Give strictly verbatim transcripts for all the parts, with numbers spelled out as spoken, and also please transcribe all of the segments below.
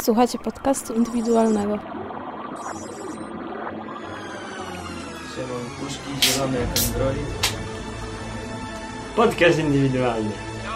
Słuchacie podcastu indywidualnego. Dzisiaj mam puszki zielone jak Android. Podcast indywidualny.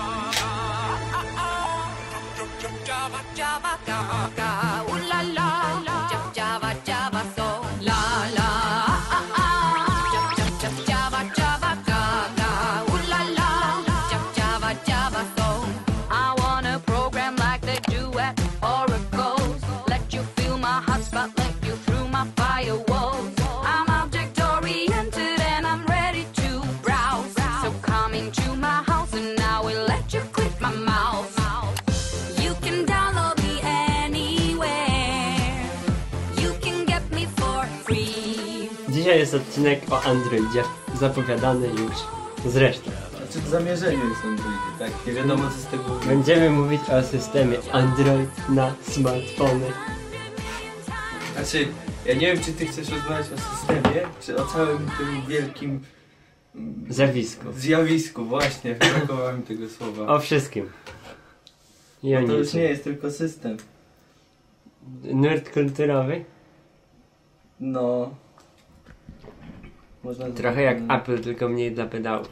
Dzisiaj jest odcinek o Androidzie, zapowiadany już zresztą. Znaczy w zamierzeniu jest Android, tak? Nie wiadomo co z tego mówić. Będziemy mówić o systemie Android na smartfony. Znaczy, ja nie wiem czy ty chcesz rozmawiać o systemie, czy o całym tym wielkim Zjawisku. Zjawisku, właśnie, brakowało mi tego słowa. O wszystkim. I o no to już niczym. nie jest tylko system. Nurt kulturowy? No... Można Trochę jak hmm. Apple, tylko mniej dla pedałów.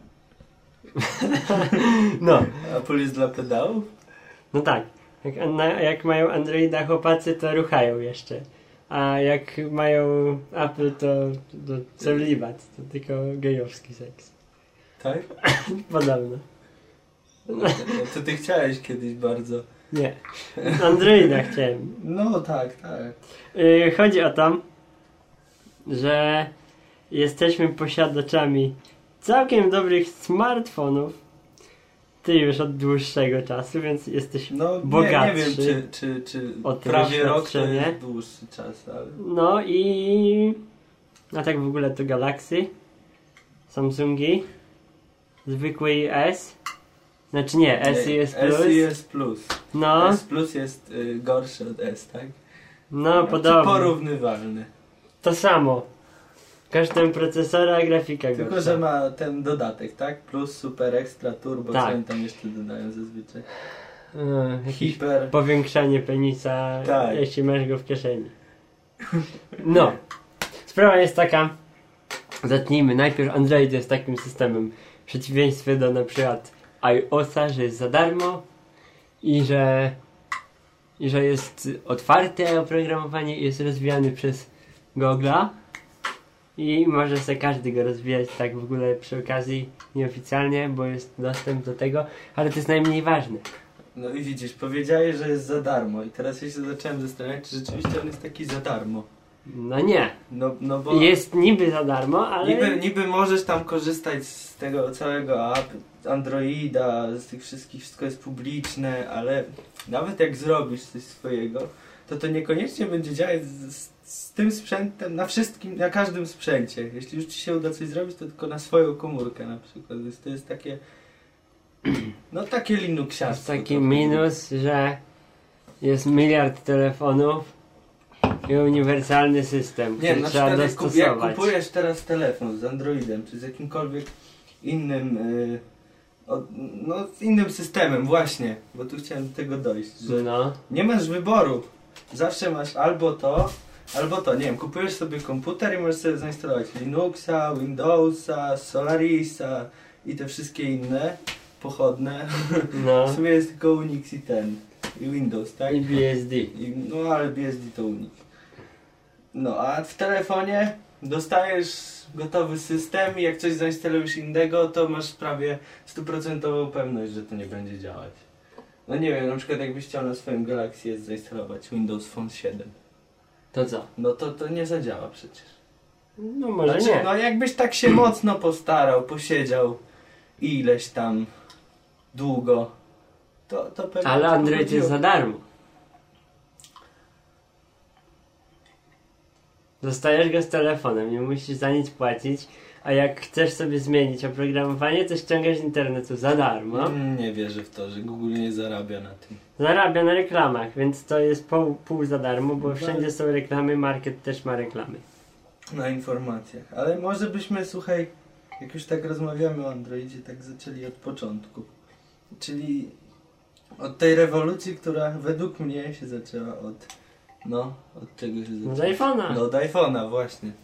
No. Apple jest dla pedałów? No tak. Jak, na, jak mają Androida chłopacy, to ruchają jeszcze. A jak mają Apple, to, to celibat. To tylko gejowski seks. Tak? Podobno. No, to ty chciałeś kiedyś bardzo. Nie. Androida chciałem. No tak, tak. Yy, chodzi o to, że jesteśmy posiadaczami całkiem dobrych smartfonów. Ty już od dłuższego czasu, więc jesteś no, bogatszy. Nie, nie wiem, czy, czy, czy o prawie rok to jest dłuższy czas, ale... No i... A tak w ogóle to Galaxy, Samsungi, zwykły i S. Znaczy nie, S i S Plus. S i S Plus. No. S Plus jest y, gorszy od S, tak? No, podobnie. Porównywalny. To samo. Kosztem procesora, grafika Tylko, gorsza. że ma ten dodatek, tak? Plus, super, extra, turbo, tak. co oni tam jeszcze dodają zazwyczaj? No, Hiper. Powiększanie penisa, tak. jeśli masz go w kieszeni. No. Sprawa jest taka, zacznijmy. Najpierw Android jest takim systemem, w przeciwieństwie do na przykład iOS-a, że jest za darmo i że, i że jest otwarte oprogramowanie i jest rozwijany przez Google'a. I może sobie każdy go rozwijać tak w ogóle przy okazji nieoficjalnie, bo jest dostęp do tego, ale to jest najmniej ważne. No i widzisz, powiedziałeś, że jest za darmo i teraz ja się zacząłem zastanawiać, czy rzeczywiście on jest taki za darmo. No nie. No, no bo... Jest niby za darmo, ale... Niby, niby możesz tam korzystać z tego całego app, Androida, z tych wszystkich, wszystko jest publiczne, ale nawet jak zrobisz coś swojego, to to niekoniecznie będzie działać z, z, z tym sprzętem, na wszystkim, na każdym sprzęcie. Jeśli już ci się uda coś zrobić, to tylko na swoją komórkę na przykład. Więc to jest takie, no takie linuxiarstwo. To jest taki minus, że jest miliard telefonów i uniwersalny system, który nie, trzeba znaczy, dostosować. Jak kupujesz teraz telefon z Androidem, czy z jakimkolwiek innym, yy, od, no z innym systemem właśnie, bo tu chciałem do tego dojść, że no. nie masz wyboru. Zawsze masz albo to, albo to. Nie wiem, kupujesz sobie komputer i możesz sobie zainstalować Linuxa, Windowsa, Solarisa i te wszystkie inne pochodne. No. W sumie jest tylko Unix i ten, i Windows, tak? I B S D. I, no ale B S D to Unix. No a w telefonie dostajesz gotowy system i jak coś zainstalujesz innego, to masz prawie stuprocentową pewność, że to nie będzie działać. No nie wiem, na przykład jakbyś chciał na swoim Galaxy S zainstalować Windows Phone siedem. To co? No to to nie zadziała przecież. No może Znaczy, nie. no jakbyś tak się mocno postarał, posiedział ileś tam długo, to, to pewnie... Ale to Android chodziło. jest za darmo. Dostajesz go z telefonem, nie musisz za nic płacić, a jak chcesz sobie zmienić oprogramowanie, to ściągasz z internetu za darmo. Mm, nie wierzę w to, że Google nie zarabia na tym. Zarabia na reklamach, więc to jest pół, pół za darmo, bo No wszędzie są reklamy, market też ma reklamy. Na informacjach. Ale może byśmy, słuchaj, jak już tak rozmawiamy o Androidzie, tak zaczęli od początku. Czyli Od tej rewolucji, która według mnie się zaczęła od... No, od czego się zaczęła? Od iPhone'a. No, od iPhone'a, właśnie.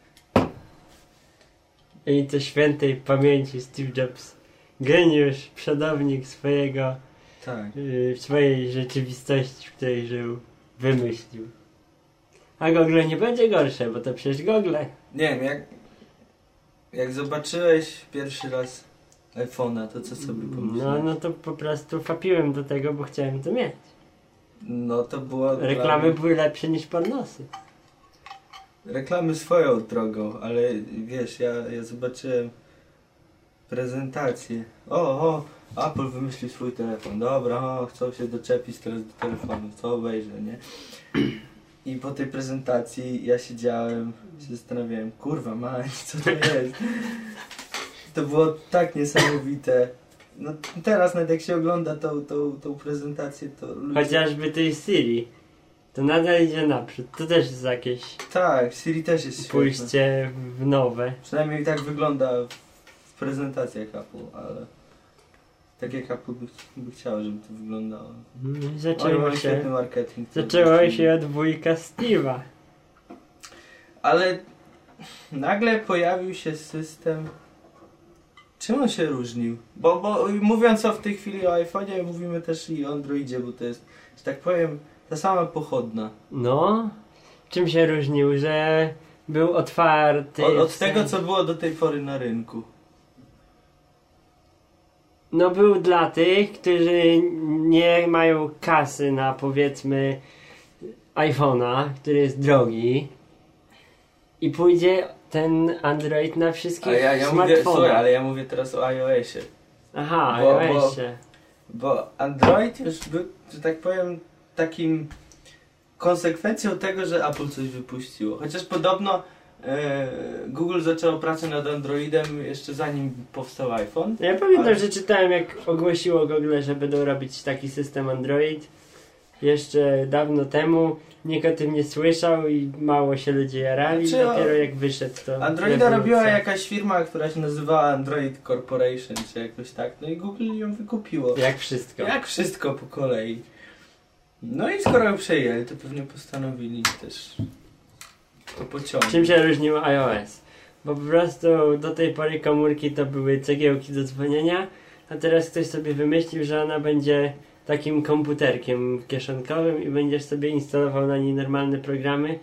I to świętej pamięci Steve Jobs. Geniusz, przodownik swojego, Tak. yy, swojej rzeczywistości, w której żył, wymyślił. A Google nie będzie gorsze, bo to przecież Google. Nie wiem, jak... Jak zobaczyłeś pierwszy raz iPhone'a, to co sobie No, pomyślałeś? no to po prostu fapiłem do tego, bo chciałem to mieć. No to było... dla Reklamy mnie- były lepsze niż pornosy. Reklamy swoją drogą, ale wiesz, ja, ja zobaczyłem prezentację. O, o, Apple wymyślił swój telefon. Dobra, o, chcą się doczepić teraz do telefonu, co obejrzę, nie? I po tej prezentacji ja siedziałem, się zastanawiałem, kurwa mać, co to jest? To było tak niesamowite. No teraz nawet jak się ogląda tą, tą, tą prezentację, to ludzie... Chociażby tej Siri. To nadal idzie naprzód. To też jest jakieś Tak, Siri też jest świetne. pójście w nowe. Przynajmniej tak wygląda w, w prezentacjach Apple, ale tak jak Apple by, by chciało, żeby to wyglądało. Mm, Oni Zaczęło mają świetny się, marketing. zaczęło się od wujka Steve'a. Ale nagle pojawił się system... Czym on się różnił? Bo, bo mówiąc o w tej chwili o iPhone'ie, mówimy też i o Androidzie, bo to jest, że tak powiem, ta sama pochodna. No, czym się różnił, że był otwarty. Od, od w tego, sensie- co było do tej pory na rynku. No był dla tych, którzy nie mają kasy na powiedzmy iPhone'a, który jest drogi i pójdzie ten Android na wszystkich A ja, ja mówię, smartfonach. słuchaj, ale ja mówię teraz o iOSie. Aha, bo- iOSie. Bo Android już był, że tak powiem, takim konsekwencją tego, że Apple coś wypuściło. Chociaż podobno e, Google zaczęło pracę nad Androidem jeszcze zanim powstał iPhone. Ja pamiętam, Ale- że czytałem, jak ogłosiło Google, że będą robić taki system Android jeszcze dawno temu. Nikt o tym nie słyszał i mało się ludzie jarali. Znaczy, Dopiero jak wyszedł to Androida rewolucja. robiła jakaś firma, która się nazywała Android Corporation, czy jakoś tak. No i Google ją wykupiło. Jak wszystko. Jak wszystko po kolei. No i skoro ją przejęli, to pewnie postanowili też to pociągnąć. Czym się różnił iOS? Bo po prostu do tej pory komórki to były cegiełki do dzwonienia, a teraz ktoś sobie wymyślił, że ona będzie takim komputerkiem kieszonkowym i będziesz sobie instalował na niej normalne programy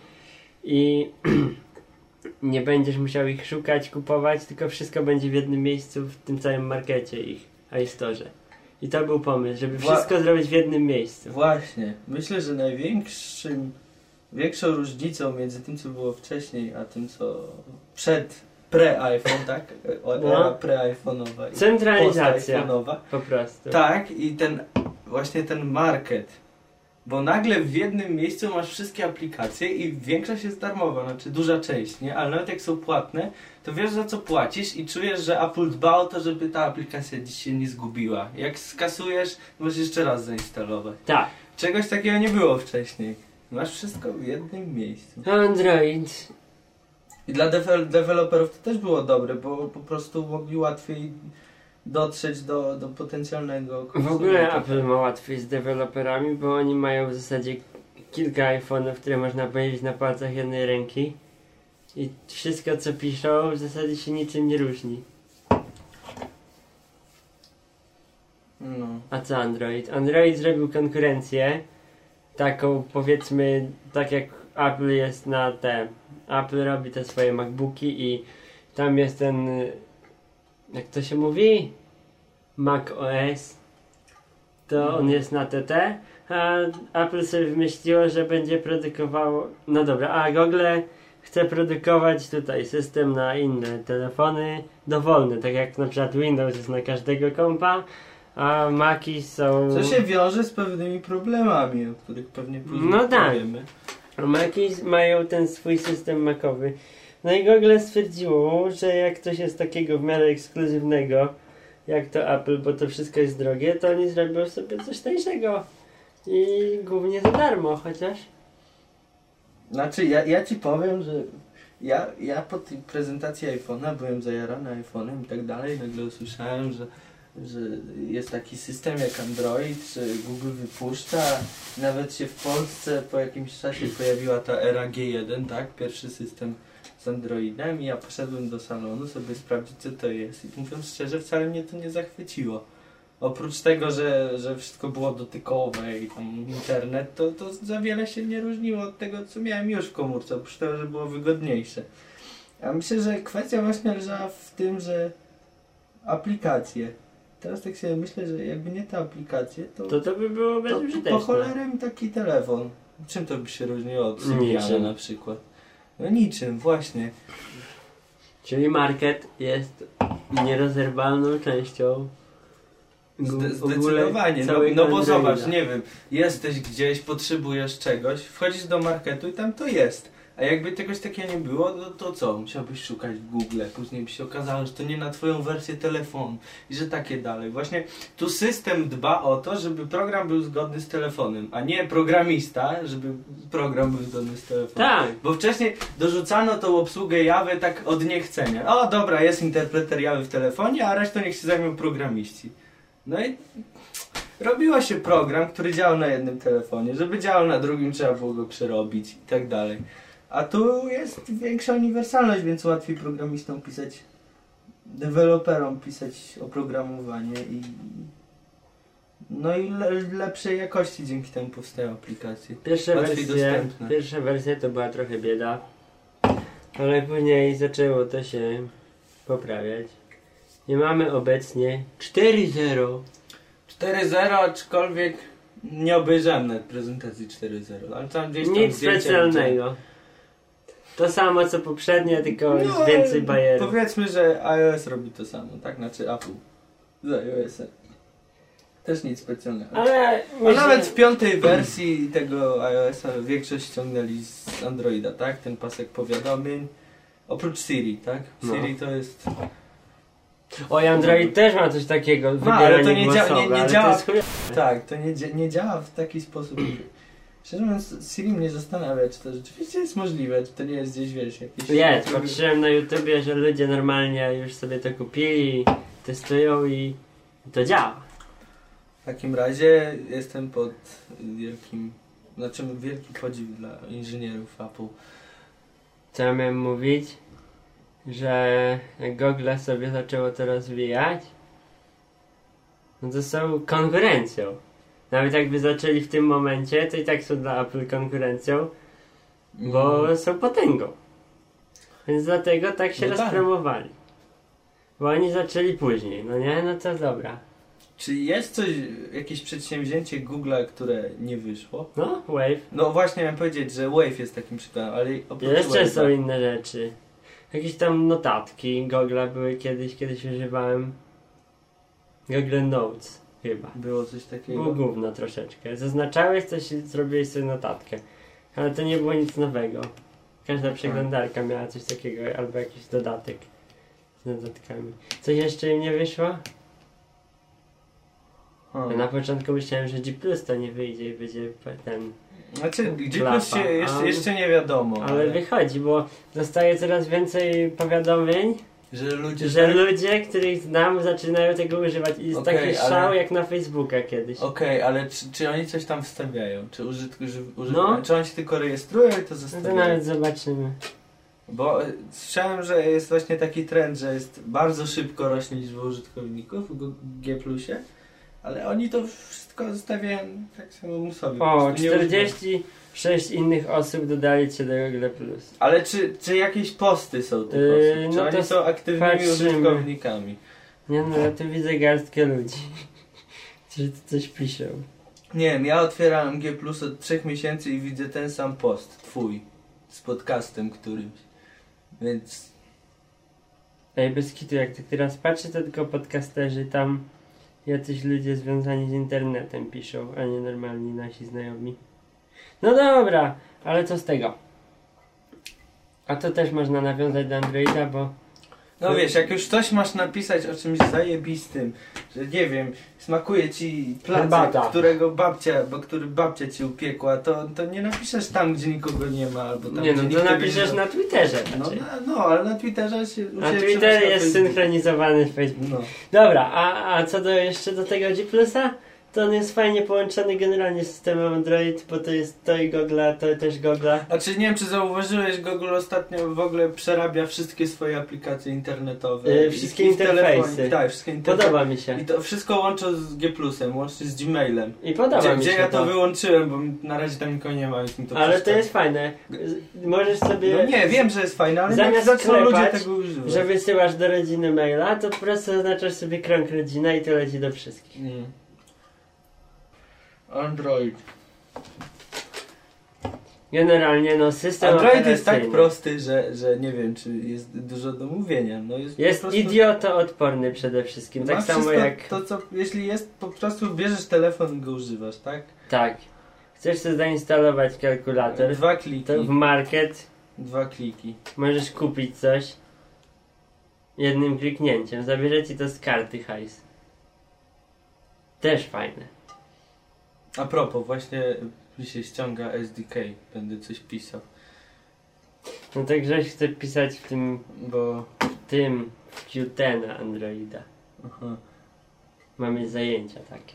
i nie będziesz musiał ich szukać, kupować, tylko wszystko będzie w jednym miejscu w tym całym markecie ich, iStorze. I to był pomysł, żeby Wła- wszystko zrobić w jednym miejscu. Właśnie. Myślę, że największym większą różnicą między tym, co było wcześniej, a tym, co przed pre-iPhone, tak? O, No. Era pre-iPhone'owa i Centralizacja post-iPhone'owa. po prostu. Tak, i ten właśnie ten market. Bo nagle w jednym miejscu masz wszystkie aplikacje i większość jest darmowa, znaczy duża część, nie? Ale nawet jak są płatne, to wiesz za co płacisz i czujesz, że Apple dba o to, żeby ta aplikacja dziś się nie zgubiła. Jak skasujesz, możesz jeszcze raz zainstalować. Tak. Czegoś takiego nie było wcześniej. Masz wszystko w jednym miejscu. Android. I dla dewe- deweloperów to też było dobre, bo po prostu mogli łatwiej dotrzeć do, do potencjalnego W ogóle konsumenta. Apple ma łatwiej z deweloperami, bo oni mają w zasadzie kilka iPhone'ów, które można powiedzieć na palcach jednej ręki. I wszystko co piszą w zasadzie się niczym nie różni. No. A co Android? Android zrobił konkurencję taką powiedzmy, tak jak Apple jest na te... Apple robi te swoje MacBooki i tam jest ten... Jak to się mówi? Mac O S. To on jest na T T, a Apple sobie wymyśliło, że będzie produkowało... No dobra, a Google chce produkować tutaj system na inne telefony dowolny, tak jak na przykład Windows jest na każdego kompa, a Maci są... Co się wiąże z pewnymi problemami, o których pewnie później No tak. powiemy. A Maci mają ten swój system macowy. No i Google stwierdziło, że jak coś jest takiego w miarę ekskluzywnego, jak to Apple, bo to wszystko jest drogie, to oni zrobią sobie coś tańszego. I głównie za darmo, chociaż. Znaczy, ja, ja ci powiem, że ja, ja po tej prezentacji iPhone'a byłem zajarany iPhone'em i tak dalej. Nagle usłyszałem, że że jest taki system jak Android, że Google wypuszcza. Nawet się w Polsce po jakimś czasie pojawiła ta era G jeden, tak? Pierwszy system z Androidem i ja poszedłem do salonu sobie sprawdzić, co to jest i mówiąc szczerze, wcale mnie to nie zachwyciło. Oprócz tego, że, że wszystko było dotykowe i tam internet, to, to za wiele się nie różniło od tego, co miałem już w komórce, oprócz tego, że było wygodniejsze. Ja myślę, że kwestia właśnie leżała w tym, że aplikacje. Teraz tak sobie myślę, że jakby nie te aplikacje, to... To to by było to bezużyteczne. po cholerę mi taki telefon. Czym to by się różniło od Symbiana Niczym. na przykład? No niczym, właśnie. Czyli market jest nierozerwalną częścią Zde- w ogóle Zdecydowanie, no, całego no bo Androida. zobacz, nie wiem, jesteś gdzieś, potrzebujesz czegoś, wchodzisz do marketu i tam to jest. A jakby czegoś takiego nie było, no to co? Musiałbyś szukać w Google, później by się okazało, że to nie na twoją wersję telefonu i że takie dalej. Właśnie tu system dba o to, żeby program był zgodny z telefonem, a nie programista, żeby program był zgodny z telefonem. Tak. Bo wcześniej dorzucano tą obsługę Jawy tak od niechcenia. O dobra, jest interpreter Jawy w telefonie, a resztą niech się zajmą programiści. No i robiło się program, który działał na jednym telefonie. Żeby działał na drugim, trzeba było go przerobić i tak dalej. A tu jest większa uniwersalność, więc łatwiej programistom pisać, deweloperom pisać oprogramowanie i no i le, lepszej jakości dzięki temu powstają aplikacje. Pierwsze Łatwiej wersje, dostępne. pierwsze wersje to była trochę bieda, ale później zaczęło to się poprawiać. I mamy obecnie cztery zero. cztery zero, aczkolwiek nie obejrzałem nawet prezentacji cztery zero, ale tam gdzieś tam Nic zdjęcia specjalnego. To samo co poprzednie, tylko widziałem. jest No, więcej bajerów. Powiedzmy, że iOS robi to samo, tak? Znaczy Apple z iOS-em. Też nic specjalnego. Ale A myślę, nawet w piątej wersji tego iOS-a większość ściągnęli z Androida, tak? Ten pasek powiadomień. Oprócz Siri, tak? No. Siri to jest... Oj, Android też ma coś takiego, Ma, ale wybieranie to nie dzia- głosowe, nie- nie ale działa- to jest chujowe. Tak, to nie, dzia- nie działa w taki sposób. Szczerze mówiąc, Siri mnie zastanawia, czy to rzeczywiście jest możliwe, czy to nie jest gdzieś, wiesz, jakieś... Jest, patrzyłem na YouTubie, że ludzie normalnie już sobie to kupili, testują i to działa. W takim razie jestem pod wielkim... Znaczy wielki podziw dla inżynierów Apple. Co ja miałem mówić? Że jak Google sobie zaczęło to rozwijać, no to są konkurencją. Nawet jakby zaczęli w tym momencie, to i tak są dla Apple konkurencją, bo Mm. są potęgą. Więc dlatego tak się No tak. rozpromowali. Bo oni zaczęli później, no nie? No to dobra. Czy jest coś, jakieś przedsięwzięcie Google'a, które nie wyszło? No, Wave. No właśnie miałem powiedzieć, że Wave jest takim przykładem, ale oprócz Jeszcze Wave'a- są inne rzeczy. Jakieś tam notatki Google'a były kiedyś, kiedyś używałem. Google Notes chyba. Było coś takiego. Było gówno troszeczkę. Zaznaczałeś coś i zrobiłeś sobie notatkę. Ale to nie było nic nowego. Każda przeglądarka miała coś takiego, albo jakiś dodatek z dodatkami. Coś jeszcze im nie wyszło? Hmm. Na początku myślałem, że G plus to nie wyjdzie i będzie ten... Znaczy, G Klapa. plus się jeszcze, A- jeszcze nie wiadomo. Ale wychodzi, bo dostaję coraz więcej powiadomień, że ludzie... że tak- ludzie, których znam, zaczynają tego używać i jest Okej, taki ale- szał jak na Facebooka kiedyś. Okej, ale czy, czy oni coś tam wstawiają? Czy użytku, uży, uży, No. Czy oni się tylko rejestrują i to No to zostawiają? nawet zobaczymy. Bo e, słyszałem, że jest właśnie taki trend, że jest bardzo szybko rośnie liczba użytkowników w G plusie, ale oni to wszystko zostawiają tak samemu sobie. po O, prostu nie używają. czterdzieści sześć innych osób dodali się do Google plus. Ale czy, czy jakieś posty są tych Yy, osób? Czy no oni to są aktywnymi patrzymy. użytkownikami? Nie no, ja tu widzę garstkę ludzi, którzy tu coś piszą. Nie wiem, ja otwierałem G plus od trzech miesięcy i widzę ten sam post, twój, z podcastem którymś. Więc Ej, bez kitu, jak tak teraz patrzę, to tylko podcasterzy tam jacyś ludzie związani z internetem piszą, a nie normalni nasi znajomi. No dobra, ale co z tego? A to też można nawiązać do Androida, bo No wiesz, jak już coś masz napisać o czymś zajebistym, że nie wiem, smakuje ci placek, Herbata. którego babcia, bo który babcia ci upiekła, to, to nie napiszesz tam, gdzie nikogo nie ma, albo tam, Nie gdzie no, nikt to tego napiszesz nie na Twitterze no, raczej. no, no, ale na Twitterze się... u A ciebie Twitter przenosi na jest Facebook. synchronizowany z Facebookiem. No. Dobra, a, a co do jeszcze do tego G Plusa, to on jest fajnie połączony generalnie z systemem Android, bo to jest to i Google'a, to też Google'a. Znaczy nie wiem, czy zauważyłeś, Google ostatnio w ogóle przerabia wszystkie swoje aplikacje internetowe. Yy, I- wszystkie i w telefonie. interfejsy. Tak, wszystkie interfejsy. Podoba mi się. I to wszystko łączą z G Plusem, łącznie z Gmailem. I podoba Gdzie, mi gdzie się ja to, to. wyłączyłem, bo na razie tam nikogo nie ma, więc mi to Ale to przeszkadza. jest fajne. Z- Możesz sobie... No nie, wiem, że jest fajne, ale Zamiast jak zaczną ludzie klepać, tego używać. że wysyłasz do rodziny maila, to po prostu zaznaczasz sobie krąg rodzina i to leci do wszystkich. Mm. Android. Generalnie no system Android jest tak operacyjny prosty, że, że nie wiem, czy jest dużo do mówienia. No jest jest po prostu... idiotoodporny przede wszystkim, tak Masz samo wszystko jak... to, co, jeśli jest, po prostu bierzesz telefon i go używasz, tak? Tak. Chcesz sobie zainstalować kalkulator, Dwa kliki. to w market Dwa kliki. możesz kupić coś jednym kliknięciem. Zabierze ci to z karty hajs. Też fajne. A propos, właśnie mi się ściąga S D K, będę coś pisał, No to Grześ chce pisać w tym, bo... w tym, w Q ten Androida. Aha. Mamy zajęcia takie.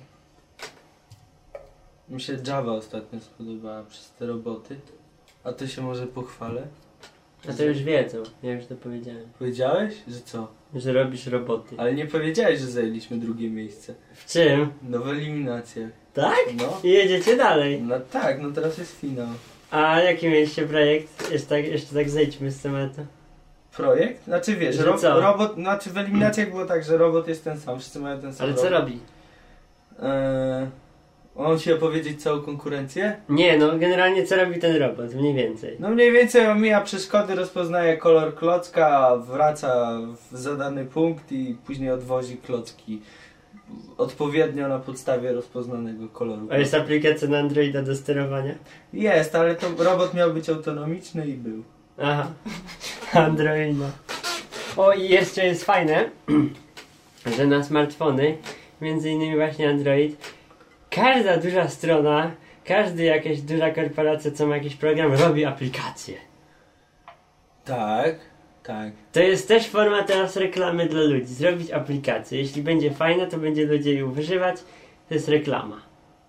Mi się Java ostatnio spodobała przez te roboty. A to się może pochwalę? A to już wiedzą, ja już to powiedziałem. Powiedziałeś, że co? Że robisz roboty. Ale nie powiedziałeś, że zajęliśmy drugie miejsce. W czym? No w eliminacjach. Tak? No. I jedziecie dalej. No tak, no teraz jest finał. A jaki mieliście projekt? Jeszcze tak, jeszcze tak zejdźmy z tematu. Projekt? Znaczy wiesz, Że ro co? robot, znaczy w eliminacjach było tak, że robot jest ten sam, wszyscy mają ten sam Ale co robot. robi? Eee, on ci opowiedzieć całą konkurencję? Nie, no generalnie co robi ten robot? Mniej więcej. No mniej więcej omija przeszkody, rozpoznaje kolor klocka, wraca w zadany punkt i później odwozi klocki odpowiednio na podstawie rozpoznanego koloru. A jest aplikacja na Androida do sterowania? Jest, ale to robot miał być autonomiczny i był. Aha. Androida. O i jeszcze jest fajne, że na smartfony, między innymi właśnie Android, każda duża strona, każdy jakaś duża korporacja, co ma jakiś program, robi aplikację. Tak, tak. To jest też forma teraz reklamy dla ludzi. Zrobić aplikację. Jeśli będzie fajna, to będzie ludzie ją używać. To jest reklama.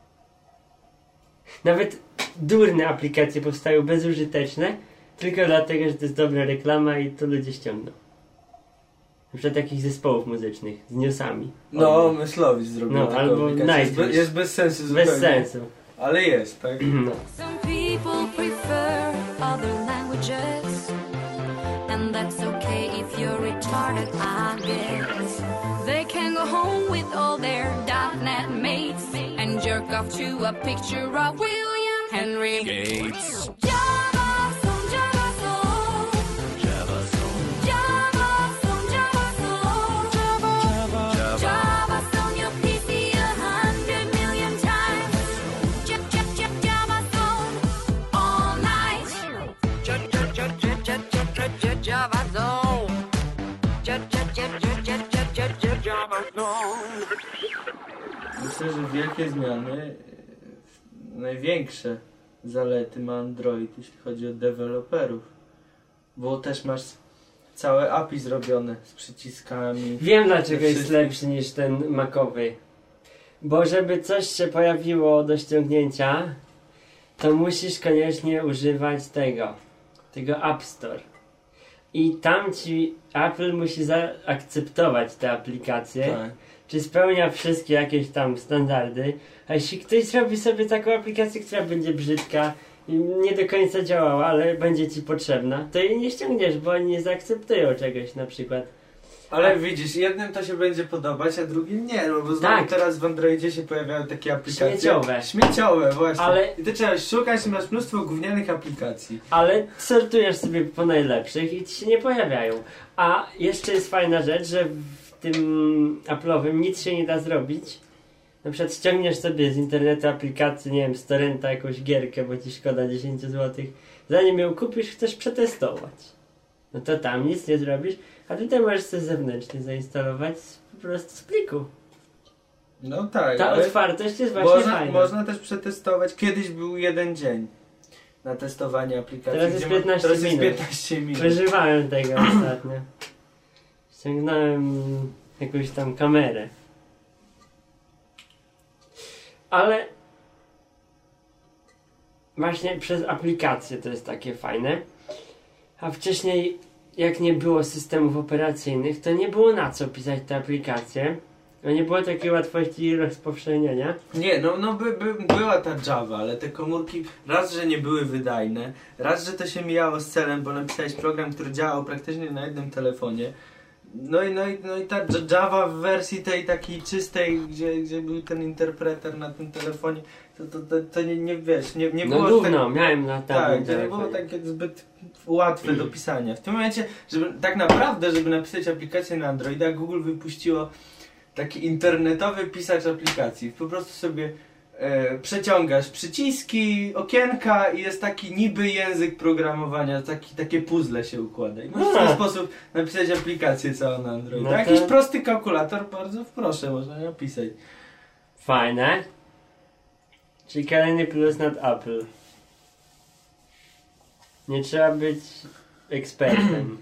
Nawet durne aplikacje powstają bezużyteczne, tylko dlatego, że to jest dobra reklama i to ludzie ściągną. Na przykład takich zespołów muzycznych z newsami. No, O, Myslowicz zrobił No, taką albo aplikację. Jest, be, Nightwish. jest bez sensu zupełnie. bez sensu. Ale jest, tak? No. Some people prefer other languages, and that's okay if you're retarded, I guess. They can go home with all their .NET mates and jerk off to a picture of William Henry Gates. Java song, Java song, Java song, Java song, Java song, Java, Java, Java song, your P C a hundred million times. J- J- J- Java song all night. J- J- J- J- J- J- J- Java song. J- J- J- J- J- J- J- J- Java song. Myślę, że wielkie zmiany, e, największe zalety ma Android, jeśli chodzi o deweloperów. Bo też masz całe A P I zrobione z przyciskami. Wiem dlaczego Ze jest wszystkich. lepszy niż ten macowy. Bo żeby coś się pojawiło do ściągnięcia, to musisz koniecznie używać tego. Tego App Store. I tam ci Apple musi zaakceptować te aplikacje. Tak. Czy spełnia wszystkie jakieś tam standardy. A jeśli ktoś zrobi sobie taką aplikację, która będzie brzydka i nie do końca działała, ale będzie ci potrzebna, to jej nie ściągniesz, bo oni nie zaakceptują czegoś na przykład. Ale A- widzisz, jednym to się będzie podobać, a drugim nie, no bo znowu Tak. teraz w Androidzie się pojawiają takie aplikacje. Śmieciowe. Śmieciowe, właśnie. Ale- I ty trzeba szukać i masz mnóstwo gównianych aplikacji. Ale sortujesz sobie po najlepszych i ci się nie pojawiają. A jeszcze jest fajna rzecz, że w tym Apple'owym nic się nie da zrobić. Na przykład ściągniesz sobie z internetu aplikację, nie wiem, z torrenta jakąś gierkę, bo ci szkoda dziesięć złotych. Zanim ją kupisz, chcesz przetestować. no to tam nic nie zrobisz, a tutaj możesz sobie zewnętrznie zainstalować po prostu z pliku. No tak, Ta ale otwartość jest właśnie można, fajna. można też przetestować. Kiedyś był jeden dzień na testowanie aplikacji. Teraz jest gdzie ma- piętnaście teraz jest minut. piętnaście minut. Używałem tego ostatnio. Ściągnąłem jakąś tam kamerę. Ale właśnie przez aplikację to jest takie fajne. A wcześniej, jak nie było systemów operacyjnych, to nie było na co pisać te aplikacje. No nie było takiej łatwości rozpowszechnienia. Nie, no, no by, by, była ta Java, ale te komórki raz, że nie były wydajne, raz, że to się mijało z celem, bo napisałeś program, który działał praktycznie na jednym telefonie. No i, no i, no i ta Java w wersji tej takiej czystej, gdzie, gdzie był ten interpreter na tym telefonie, to, to, to, to nie, nie wiesz, nie, nie No było równo, tak, miałem na tak, tamtym to nie było telefonie. takie zbyt łatwe do pisania. W tym momencie, żeby tak naprawdę, żeby napisać aplikację na Androida, Google wypuściło taki internetowy pisacz aplikacji. Po prostu sobie e, przeciągasz przyciski, okienka i jest taki niby język programowania, taki, takie puzzle się układa. I możesz w ten A. sposób napisać aplikację całą na Androida. No to- Jakiś prosty kalkulator, bardzo proszę, można napisać. Fajne. Czyli kolejny plus nad Apple. Nie trzeba być ekspertem.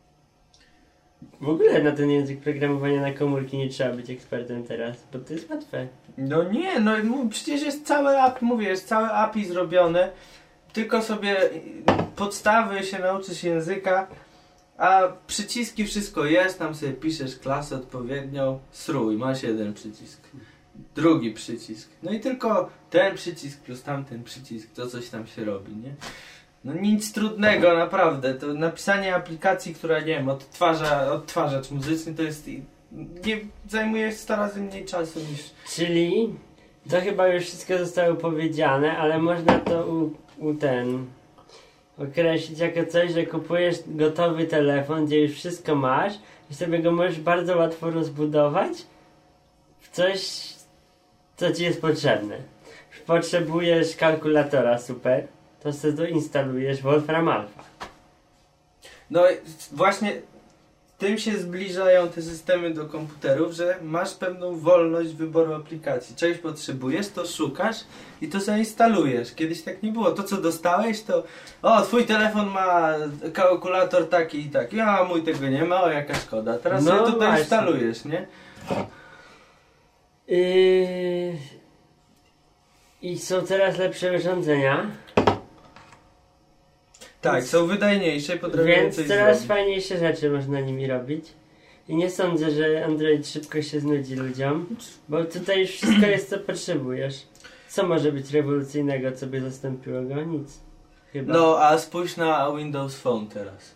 W ogóle na ten język programowania na komórki nie trzeba być ekspertem teraz, bo to jest łatwe. No nie, no no przecież jest całe app, mówię, jest całe A P I zrobione, tylko sobie podstawy się nauczysz języka, a przyciski wszystko jest, tam sobie piszesz klasę odpowiednią, srój, masz jeden przycisk, drugi przycisk, no i tylko ten przycisk plus tamten przycisk, to coś tam się robi, nie? No nic trudnego, naprawdę, to napisanie aplikacji, która, nie wiem, odtwarza, odtwarzacz muzyczny, to jest, nie zajmuje sto razy mniej czasu niż... Czyli to chyba już wszystko zostało powiedziane, ale można to u, u ten określić jako coś, że kupujesz gotowy telefon, gdzie już wszystko masz i sobie go możesz bardzo łatwo rozbudować w coś, co ci jest potrzebne. Potrzebujesz kalkulatora super, to sobie doinstalujesz Wolfram Alpha. No właśnie tym się zbliżają te systemy do komputerów, że masz pewną wolność wyboru aplikacji. Czegoś potrzebujesz, to szukasz i to zainstalujesz. Kiedyś tak nie było. To co dostałeś, to o, twój telefon ma kalkulator taki i taki, a mój tego nie ma, o jaka szkoda. Teraz No sobie to właśnie. instalujesz, nie? Yy... I są teraz lepsze urządzenia. Tak, są wydajniejsze, potrafią Więc coś coraz zrobić. fajniejsze rzeczy można nimi robić. I nie sądzę, że Android szybko się znudzi ludziom, bo tutaj już wszystko jest, co potrzebujesz. Co może być rewolucyjnego, co by zastąpiło go? Nic. Chyba. No, a spójrz na Windows Phone teraz.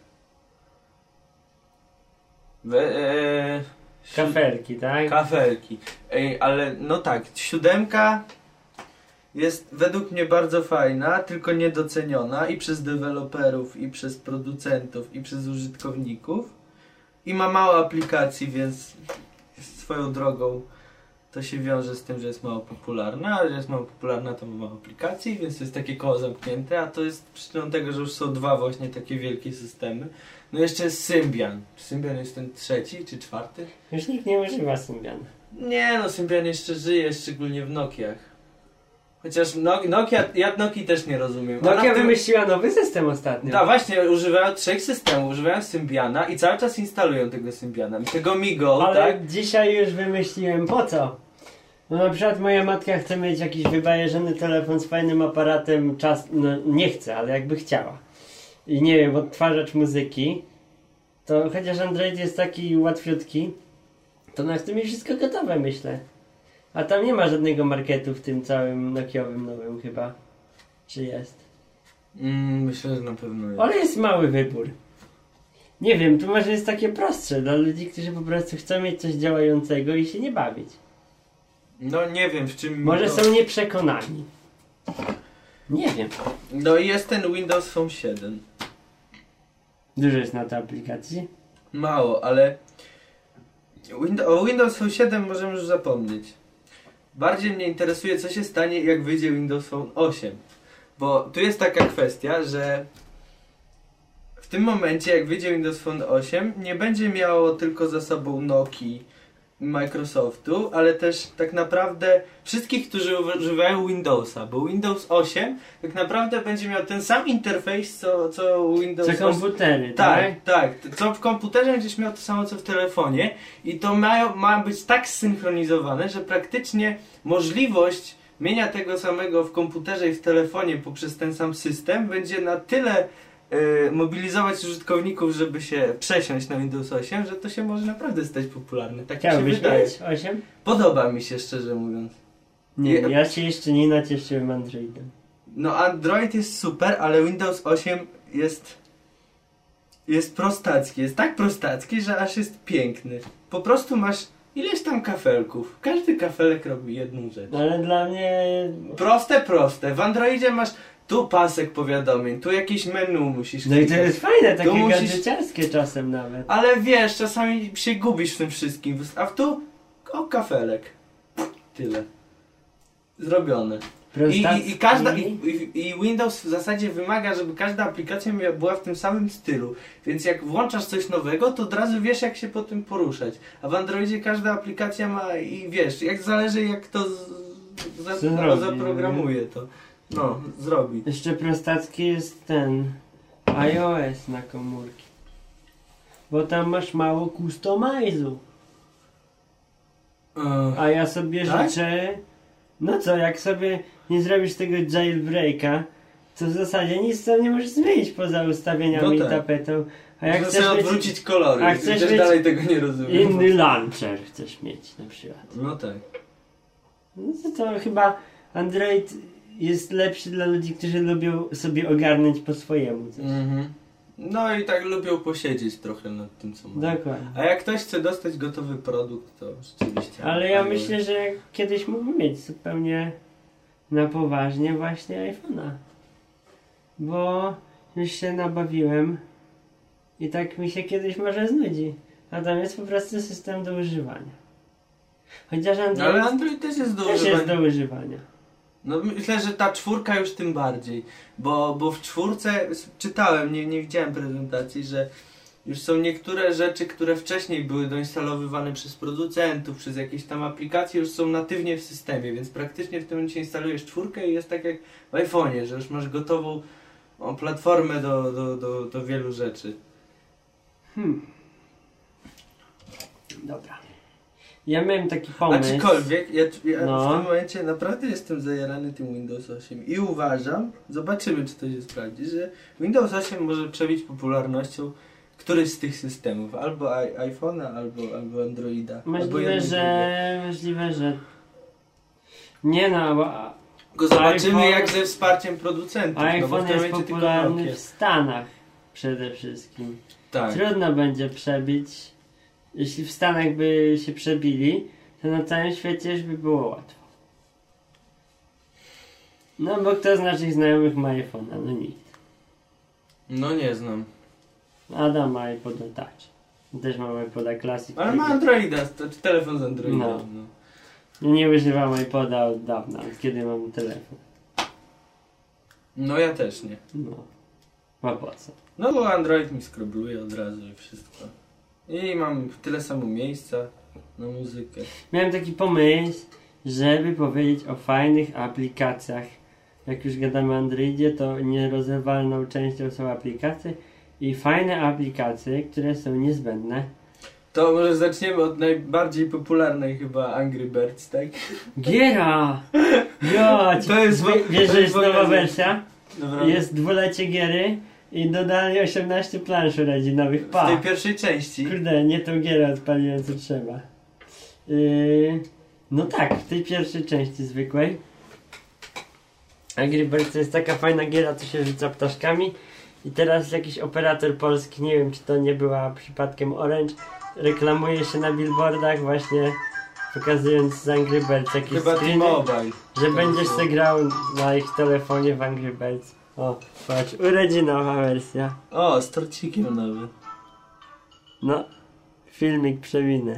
We, e, Kafelki, tak? Kafelki. Ej, ale no tak, siódemka jest według mnie bardzo fajna, tylko niedoceniona i przez deweloperów, i przez producentów, i przez użytkowników. I ma mało aplikacji, więc swoją drogą to się wiąże z tym, że jest mało popularna, a że jest mało popularna, to ma mało aplikacji, więc to jest takie koło zamknięte, a to jest przyczyną tego, że już są dwa właśnie takie wielkie systemy. No jeszcze jest Symbian. Symbian jest ten trzeci czy czwarty? Już nikt nie używa Symbiana. Nie no, Symbian jeszcze żyje, szczególnie w Nokiach. Chociaż no, Nokia, ja Nokii też nie rozumiem. Ona Nokia w tym- wymyśliła nowy system ostatnio. Tak, właśnie, używają trzech systemów, używają Symbiana i cały czas instalują tego Symbiana. Tego Migo, Ale tak? dzisiaj już wymyśliłem po co. No na przykład moja matka chce mieć jakiś wybajeżony telefon z fajnym aparatem, czas, no nie chce, ale jakby chciała. I nie wiem, odtwarzacz muzyki, to chociaż Android jest taki łatwiutki, to na tym jest wszystko gotowe, myślę. A tam nie ma żadnego marketu w tym całym Nokiowym nowym chyba. Czy jest? Mm, myślę, że na pewno jest. Ale jest mały wybór. Nie wiem, tu może jest takie prostsze dla ludzi, którzy po prostu chcą mieć coś działającego i się nie bawić. No nie wiem w czym... Może no, są nieprzekonani. Nie wiem. No i jest ten Windows Phone siedem. Dużo jest na tej aplikacji. Mało, ale... Windows, o Windows Phone siedem możemy już zapomnieć. Bardziej mnie interesuje, co się stanie, jak wyjdzie Windows Phone osiem. Bo tu jest taka kwestia, że w tym momencie, jak wyjdzie Windows Phone osiem, nie będzie miało tylko za sobą Nokii, Microsoftu, ale też tak naprawdę wszystkich, którzy używają Windowsa, bo Windows osiem tak naprawdę będzie miał ten sam interfejs, co, co Windows Co komputery, tak? tak? Tak, co w komputerze będziesz miał to samo, co w telefonie i to ma, ma być tak zsynchronizowane, że praktycznie możliwość mienia tego samego w komputerze i w telefonie poprzez ten sam system będzie na tyle y, mobilizować użytkowników, żeby się przesiąść na Windows osiem, że to się może naprawdę stać popularne. Tak mi się Chciałbyś wydaje. mieć osiem? Podoba mi się, szczerze mówiąc. Nie, Je- ja się jeszcze nie nacieszyłem Androidem. No Android jest super, ale Windows osiem jest jest prostacki. Jest tak prostacki, że aż jest piękny. Po prostu masz ileś tam kafelków. Każdy kafelek robi jedną rzecz. Ale dla mnie... Proste, proste. W Androidzie masz tu pasek powiadomień, tu jakieś menu musisz No i to klikać. jest fajne, takie musisz- gadżeciarskie czasem nawet. Ale wiesz, czasami się gubisz w tym wszystkim. A w tu o kafelek. Tyle. Zrobione. I, i, i, każda, i, i, I Windows w zasadzie wymaga, żeby każda aplikacja mia- była w tym samym stylu. Więc jak włączasz coś nowego, to od razu wiesz, jak się po tym poruszać. A w Androidzie każda aplikacja ma i wiesz, jak zależy jak to z, za, Zrobi, zaprogramuje to. No, zrobi. Jeszcze prostacki jest ten iOS na komórki. Bo tam masz mało customize'u. Ech, A ja sobie Tak? życzę... No co, jak sobie nie zrobisz tego jailbreaka, to w zasadzie nic tam nie możesz zmienić poza ustawieniami No i tak. tapetą. A jak Muszę chcesz sobie mieć odwrócić kolory. a chcesz Chociaż mieć dalej tego nie rozumiem. inny launcher chcesz mieć na przykład. No tak. No to, to chyba Android jest lepszy dla ludzi, którzy lubią sobie ogarnąć po swojemu coś. Mhm. No i tak lubią posiedzieć trochę nad tym, co mają. Dokładnie. A jak ktoś chce dostać gotowy produkt, to rzeczywiście... Ale ja iOS. myślę, że kiedyś mógłbym mieć zupełnie na poważnie właśnie iPhone'a. Bo już się nabawiłem i tak mi się kiedyś może znudzi. A tam jest po prostu system do używania. Chociaż No, Android ale Android też jest do też jest używania. do używania. No myślę, że ta czwórka już tym bardziej. Bo, bo w czwórce s- czytałem, nie, nie widziałem prezentacji, że już są niektóre rzeczy, które wcześniej były doinstalowywane przez producentów, przez jakieś tam aplikacje, już są natywnie w systemie, więc praktycznie w tym momencie instalujesz czwórkę i jest tak jak w iPhone'ie, że już masz gotową o, platformę do, do, do, do wielu rzeczy. Hmm. Dobra. Ja miałem taki pomysł. Aczkolwiek ja, ja No. w tym momencie naprawdę jestem zajarany tym Windows osiem i uważam, zobaczymy czy to się sprawdzi, że Windows osiem może przebić popularnością któryś z tych systemów, albo i- iPhone'a, albo, albo Androida. albo Możliwe, jedno i że... Możliwe, że... Nie no, bo drugie. Tylko zobaczymy iPhone- jak ze wsparciem producentów, no bo w iPhone tym jest momencie tylko popularny Nokia. w Stanach przede wszystkim. Tak. Trudno będzie przebić. Jeśli w Stanach by się przebili, to na całym świecie już by było łatwo. No bo kto z naszych znajomych ma iPhone'a? No nikt. No nie znam. Adam ma iPoda Touch. Też mam iPoda Classic. Ale ma Androida, to telefon z Androida. No. No. Nie używam iPoda od dawna, od kiedy mam telefon. no ja też nie. No. A po co? No bo Android mi skrobluje od razu i wszystko. I mam tyle samo miejsca na muzykę. Miałem taki pomysł, żeby powiedzieć o fajnych aplikacjach. Jak już gadamy o Androidzie, to nierozerwalną częścią są aplikacje i fajne aplikacje, które są niezbędne. To może zaczniemy od najbardziej popularnej chyba Angry Birds, tak? Giera! Ja, To jest wo- wiesz, to że jest jest nowa pokaz- wersja? Dobra. Jest dwulecie giery i dodali osiemnaście plansz urodzinowych. W Pa! tej pierwszej części. Kurde, nie tą gierę odpaliłem co trzeba. Yy, no tak, w tej pierwszej części zwykłej. Angry Birds to jest taka fajna giera, co się rzuca ptaszkami. I teraz jakiś operator polski, nie wiem czy to nie była przypadkiem Orange, reklamuje się na billboardach właśnie pokazując z Angry Birds jakieś Chyba screeny, T-Mobile. że będziesz se grał na ich telefonie w Angry Birds. O, patrz, urodzinowa wersja. O, z torcikiem nawet. No, filmik przewinę.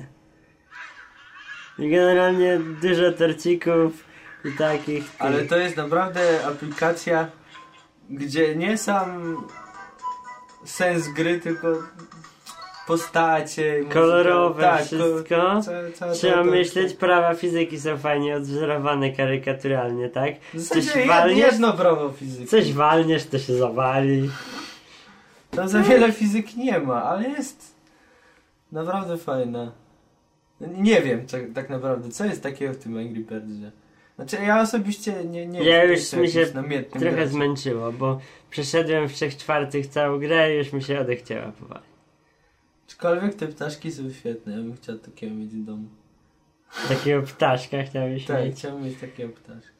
I generalnie dużo torcików i takich. Tych. Ale to jest naprawdę aplikacja, gdzie nie sam sens gry, tylko postacie, kolorowe, muzyka, tak, wszystko. Ko, ca, ca, Trzeba to, to, myśleć, prawa fizyki są fajnie odwzorowane karykaturalnie, tak? W zasadzie Coś walniesz, jedno prawo fizyki. coś walniesz, to się zawali. Tam za wiele fizyki nie ma, ale jest naprawdę fajna. Nie wiem tak, tak naprawdę, co jest takiego w tym Angry Birdsie. Znaczy ja osobiście nie nie Ja nie już jestem mi się jakimś namiętnym trochę graczem. zmęczyło, bo przeszedłem w trzech czwartych całą grę i już mi się odechciała powoli. Aczkolwiek te ptaszki są świetne, ja bym chciał takiego mieć w domu. Takiego ptaszka chciałbyś Tak, mieć. chciałbym mieć takiego ptaszka.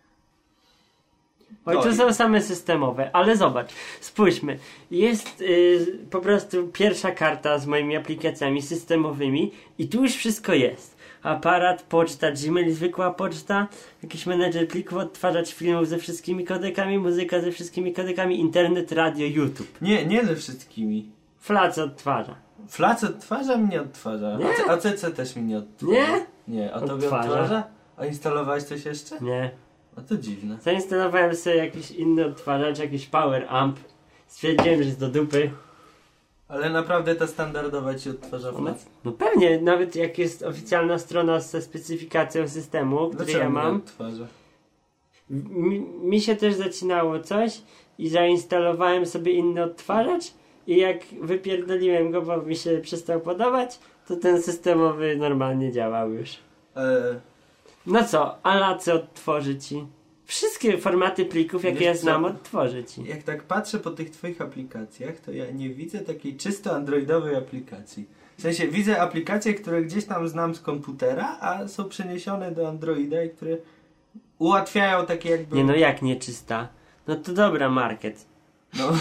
Oj, to Oj. są same systemowe, ale zobacz, spójrzmy, jest y, po prostu pierwsza karta z moimi aplikacjami systemowymi i tu już wszystko jest. Aparat, poczta, Gmail, zwykła poczta, jakiś menedżer plików, odtwarzacz filmów ze wszystkimi kodekami, muzyka ze wszystkimi kodekami, internet, radio, YouTube. Nie, nie ze wszystkimi. Flac odtwarza. Flac odtwarza mi nie odtwarza. Nie? A C- A C C też mi nie odtwarza. Nie? Nie, a tobie Odtwarza. odtwarza? A instalowałeś coś jeszcze? Nie. A to dziwne. Zainstalowałem sobie jakiś inny odtwarzacz, jakiś power amp. Stwierdziłem, że jest do dupy. Ale naprawdę ta standardowa ci odtwarza Ona, flac? no pewnie, nawet jak jest oficjalna strona ze specyfikacją systemu, który Dlaczego ja mi nie mam, odtwarza? mi, mi się też zacinało coś i zainstalowałem sobie inny odtwarzacz i jak wypierdoliłem go, bo mi się przestał podobać, to ten systemowy normalnie działał już. E, No co, Alace odtworzy ci. Wszystkie formaty plików, jakie Wiesz ja co? znam, odtworzy ci. jak tak patrzę po tych twoich aplikacjach, to ja nie widzę takiej czysto androidowej aplikacji. W sensie widzę aplikacje, które gdzieś tam znam z komputera, a są przeniesione do Androida i które ułatwiają takie jakby... Nie no, jak nieczysta? No to dobra, market. No.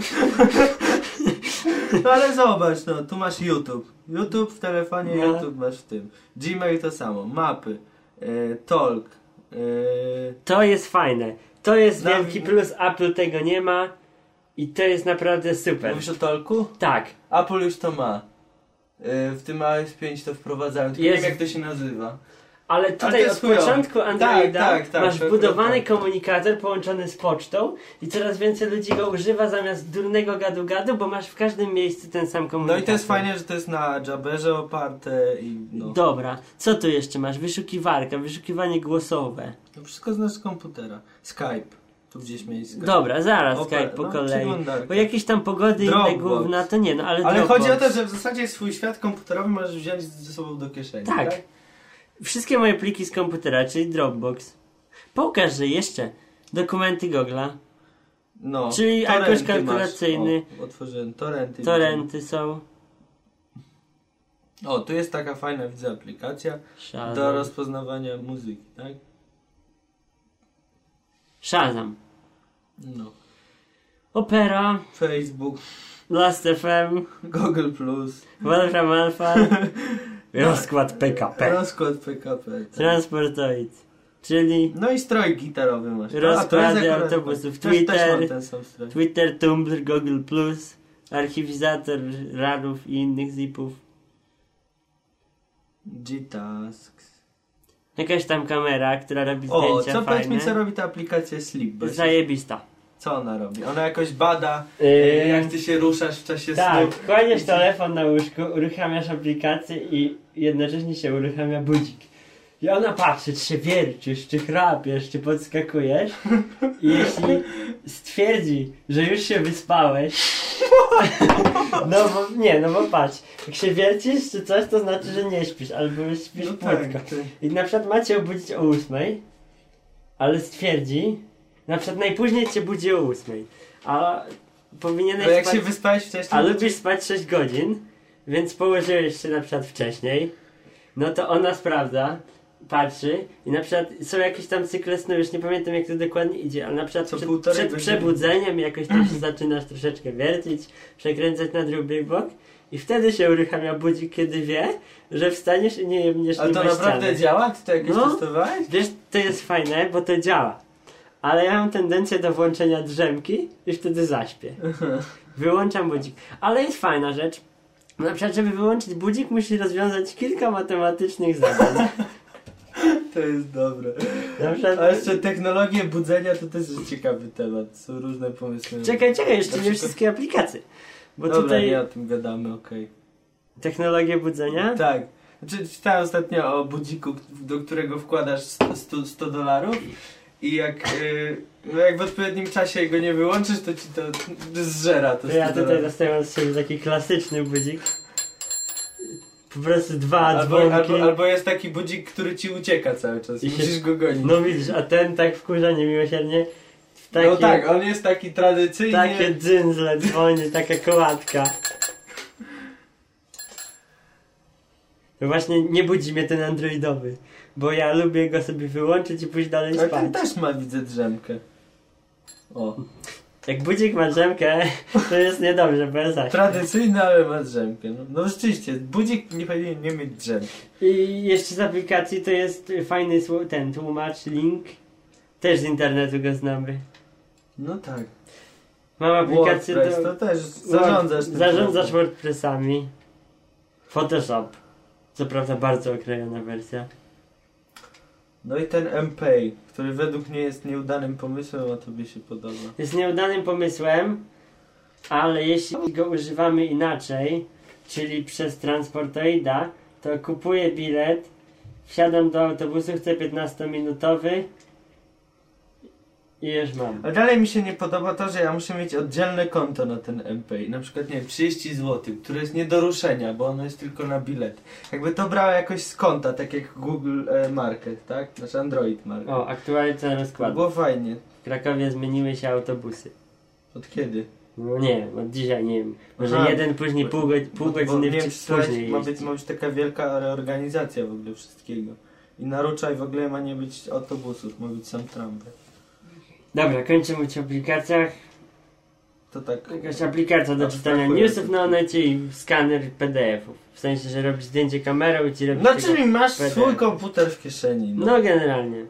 No ale zobacz, no, tu masz YouTube. YouTube w telefonie, No. YouTube masz w tym. Gmail to samo, mapy, e, Talk. E, To jest fajne. To jest Nawi- wielki plus, Apple tego nie ma i to jest naprawdę super. mówisz o Talku? Tak. Apple już to ma. E, w tym A S pięć to wprowadzają, tylko Jest. nie wiem jak to się nazywa. Ale Ale tutaj to od jest chujowe. początku Androida Tak, tak, tak, masz to wbudowany akurat tak. komunikator połączony z pocztą i coraz więcej ludzi go używa zamiast durnego gadu-gadu, bo masz w każdym miejscu ten sam No komunikator. i to jest fajne, że to jest na Jabberze oparte i no. Dobra, co tu jeszcze masz? Wyszukiwarka, wyszukiwanie głosowe. To wszystko znasz z komputera. Skype. Tu gdzieś miałeś Skype. Dobra, zaraz Opa- Skype po no, kolei. przeglądarka. Bo jakieś tam pogody i inne Dropbox. gówna, to nie no, ale Ale Dropbox. chodzi o to, że w zasadzie swój świat komputerowy możesz wziąć ze sobą do kieszeni. Tak. tak? Wszystkie moje pliki z komputera, czyli Dropbox. Pokaż, że jeszcze dokumenty Google'a, No, czyli torenty arkusz kalkulacyjny, masz. O, otworzyłem torenty. torenty są. O, tu jest taka fajna, widzę, aplikacja Shazam. do rozpoznawania muzyki, tak? Shazam. No. Opera, Facebook, Last F M, Google Plus, Wolfram Alpha, rozkład P K P, rozkład P K P. Tak. Transportoid, czyli No i stroj gitarowy masz. Rozkłady akurat- autobusów, też, Też Twitter. mam ten sam stroj. Twitter, Tumblr, Google Plus, archiwizator rarów i innych zipów. G-Tasks. Jakaś tam kamera, która robi O, zdjęcia co powiedz fajne. mi, co robi ta aplikacja Sleep? Bo się- Zajebista. Co ona robi? Ona jakoś bada, Yy, jak ty się ruszasz w czasie Tak, snu. kładziesz telefon na łóżku, uruchamiasz aplikację i jednocześnie się uruchamia budzik. I ona patrzy, czy się wiercisz, czy chrapiesz, czy podskakujesz. I jeśli stwierdzi, że już się wyspałeś, no bo nie, no bo patrz, jak się wiercisz czy coś, to znaczy, że nie śpisz, albo już śpisz No płytko. tak, tak. I na przykład macie obudzić o ósmej, ale stwierdzi, na przykład najpóźniej cię budzi o ósmej, a powinieneś Bo jak spać... się wyspałeś wcześniej... A to- lubisz spać sześć godzin, więc położyłeś się na przykład wcześniej, no to ona sprawdza, patrzy i na przykład są jakieś tam cykle snu, już nie pamiętam jak to dokładnie idzie, ale na przykład Co przed, półtorej przed godziny. przebudzeniem jakoś tam się zaczynasz troszeczkę wiercić, przekręcać na drugi bok i wtedy się uruchamia budzik, kiedy wie, że wstaniesz i nie jebniesz Ale to niby naprawdę ściany. działa? Ty to jakieś No. testowałeś? Wiesz, to jest fajne, bo to działa. Ale ja mam tendencję do włączenia drzemki i wtedy zaśpię. Wyłączam budzik. Ale jest fajna rzecz. Na przykład, żeby wyłączyć budzik, musisz rozwiązać kilka matematycznych zadań. To jest dobre. Na przykład... A jeszcze technologie budzenia to też jest ciekawy temat. Są różne pomysły. Czekaj, czekaj, jeszcze nie przykład... wszystkie aplikacje. Bo Dobra, tutaj nie o tym gadamy, okej. Okay. technologie budzenia? Tak. Znaczy, czytałem ostatnio o budziku, do którego wkładasz sto dolarów i jak, yy, no jak w odpowiednim czasie go nie wyłączysz, to ci to zżera. To To ja tutaj dostałem od siebie taki klasyczny budzik. Po prostu dwa albo, dzwonki. albo, albo jest taki budzik, który ci ucieka cały czas i, I musisz się... go gonić. No widzisz, a ten tak wkurza niemiłosiernie. Takie, no tak, on jest taki tradycyjny. Takie dzyndzle dzwoni, taka kołatka. To właśnie nie budzi mnie ten androidowy, bo ja lubię go sobie wyłączyć i pójść dalej Ale spać. ten też ma, widzę, drzemkę. O. Jak budzik ma drzemkę, to jest niedobrze, bo jest tak. Tradycyjny, ale ma drzemkę. No, no rzeczywiście, budzik nie powinien nie mieć drzemki. I jeszcze z aplikacji to jest fajny sło- ten tłumacz, link. Też z internetu go znamy. No tak. Mam aplikację WordPress, do... to też zarządzasz tym Zarządzasz programem. WordPressami. Photoshop. Co prawda bardzo okrojona wersja. No i ten M P A, który według mnie jest nieudanym pomysłem, a tobie się podoba. Jest nieudanym pomysłem, ale jeśli go używamy inaczej, czyli przez transportoida, to kupuję bilet, wsiadam do autobusu, chcę piętnastominutowy i już mam. Ale dalej mi się nie podoba to, że ja muszę mieć oddzielne konto na ten M P A. Na przykład, nie wiem, trzydzieści złotych, które jest nie do ruszenia, bo ono jest tylko na bilet. Jakby to brało jakoś z konta, tak jak Google e, Market, tak? Znaczy Android Market. O, aktualizacja To rozkładu. było fajnie. W Krakowie zmieniły się autobusy. Od kiedy? No nie, od dzisiaj nie wiem. Może Aha, jeden później pół, go, pół Bo- bo godziny nie wiem, wci- słuchaj, później ma jeździ. być, ma być taka wielka reorganizacja w ogóle wszystkiego. I na Ruczaj w ogóle ma nie być autobusów, ma być sam tramwaj. Dobra, kończymy ci o aplikacjach. To tak. Jakaś aplikacja do czytania Abstrahuję. newsów na onecie i skaner P D F ów. W sensie, że robisz zdjęcie kamerą i ci robi No tego czyli masz P D F. swój komputer w kieszeni. No. No generalnie.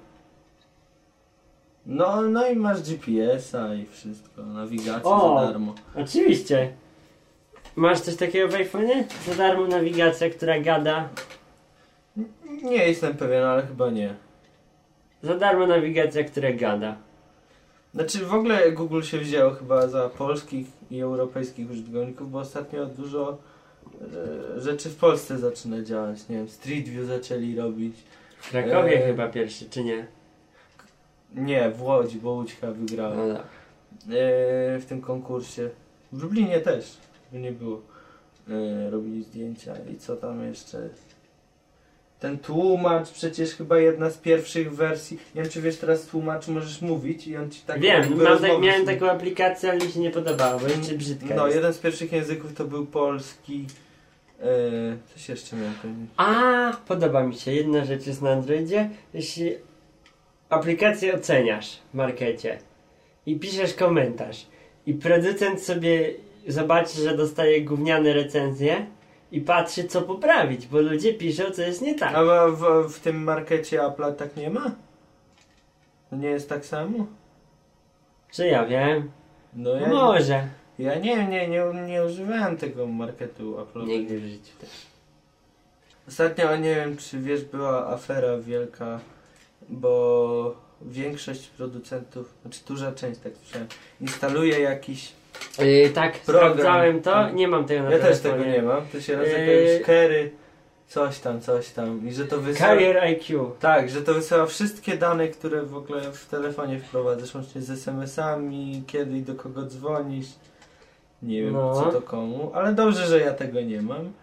No, no i masz G P S a i wszystko, nawigację O! za darmo. Oczywiście. Masz coś takiego w iPhone'ie? Za darmo nawigacja, która gada. Nie jestem pewien, ale chyba nie. Za darmo nawigacja, która gada. Znaczy w ogóle Google się wzięło chyba za polskich i europejskich użytkowników, bo ostatnio dużo e, rzeczy w Polsce zaczyna działać. Nie wiem, Street View zaczęli robić. W Krakowie Eee. chyba pierwszy, czy nie? Nie, w Łodzi, bo Łódź chyba wygrała. No tak. E, w tym konkursie. W Lublinie też, żeby nie było. E, robili zdjęcia i co tam jeszcze? Ten tłumacz, przecież chyba jedna z pierwszych wersji. Nie wiem, czy wiesz, teraz tłumacz możesz mówić i on ci tak Wiem, jakby mam tak, rozmowy miałem z- taką aplikację, ale mi się nie podobało, bo jeszcze brzydka No, jest. jeden z pierwszych języków to był polski. E, coś jeszcze miałem powiedzieć. A, podoba mi się. Jedna rzecz jest na Androidzie. Jeśli aplikację oceniasz w markecie i piszesz komentarz i producent sobie zobaczy, że dostaje gówniane recenzje i patrzy, co poprawić, bo ludzie piszą, co jest nie tak. A w, w tym markecie Apple'a tak nie ma? To nie jest tak samo? Czy ja wiem? No ja, Może. ja nie, nie, nie, nie używałem tego marketu Apple'owego. Nigdy w życiu też. Ostatnio, nie wiem czy wiesz, była afera wielka, bo większość producentów, znaczy duża część, tak słyszałem, instaluje jakiś... Yy, tak, Program. sprawdzałem to, nie mam tego na Ja też tego telefonie. nie mam, to się nazywa Yy. jakieś Kery, coś tam, coś tam i że to wysyła... Carrier I Q. Tak, że to wysyła wszystkie dane, które w ogóle w telefonie wprowadzasz, łącznie z es em esami, kiedy i do kogo dzwonisz. Nie wiem No. co to komu, ale dobrze, że ja tego nie mam.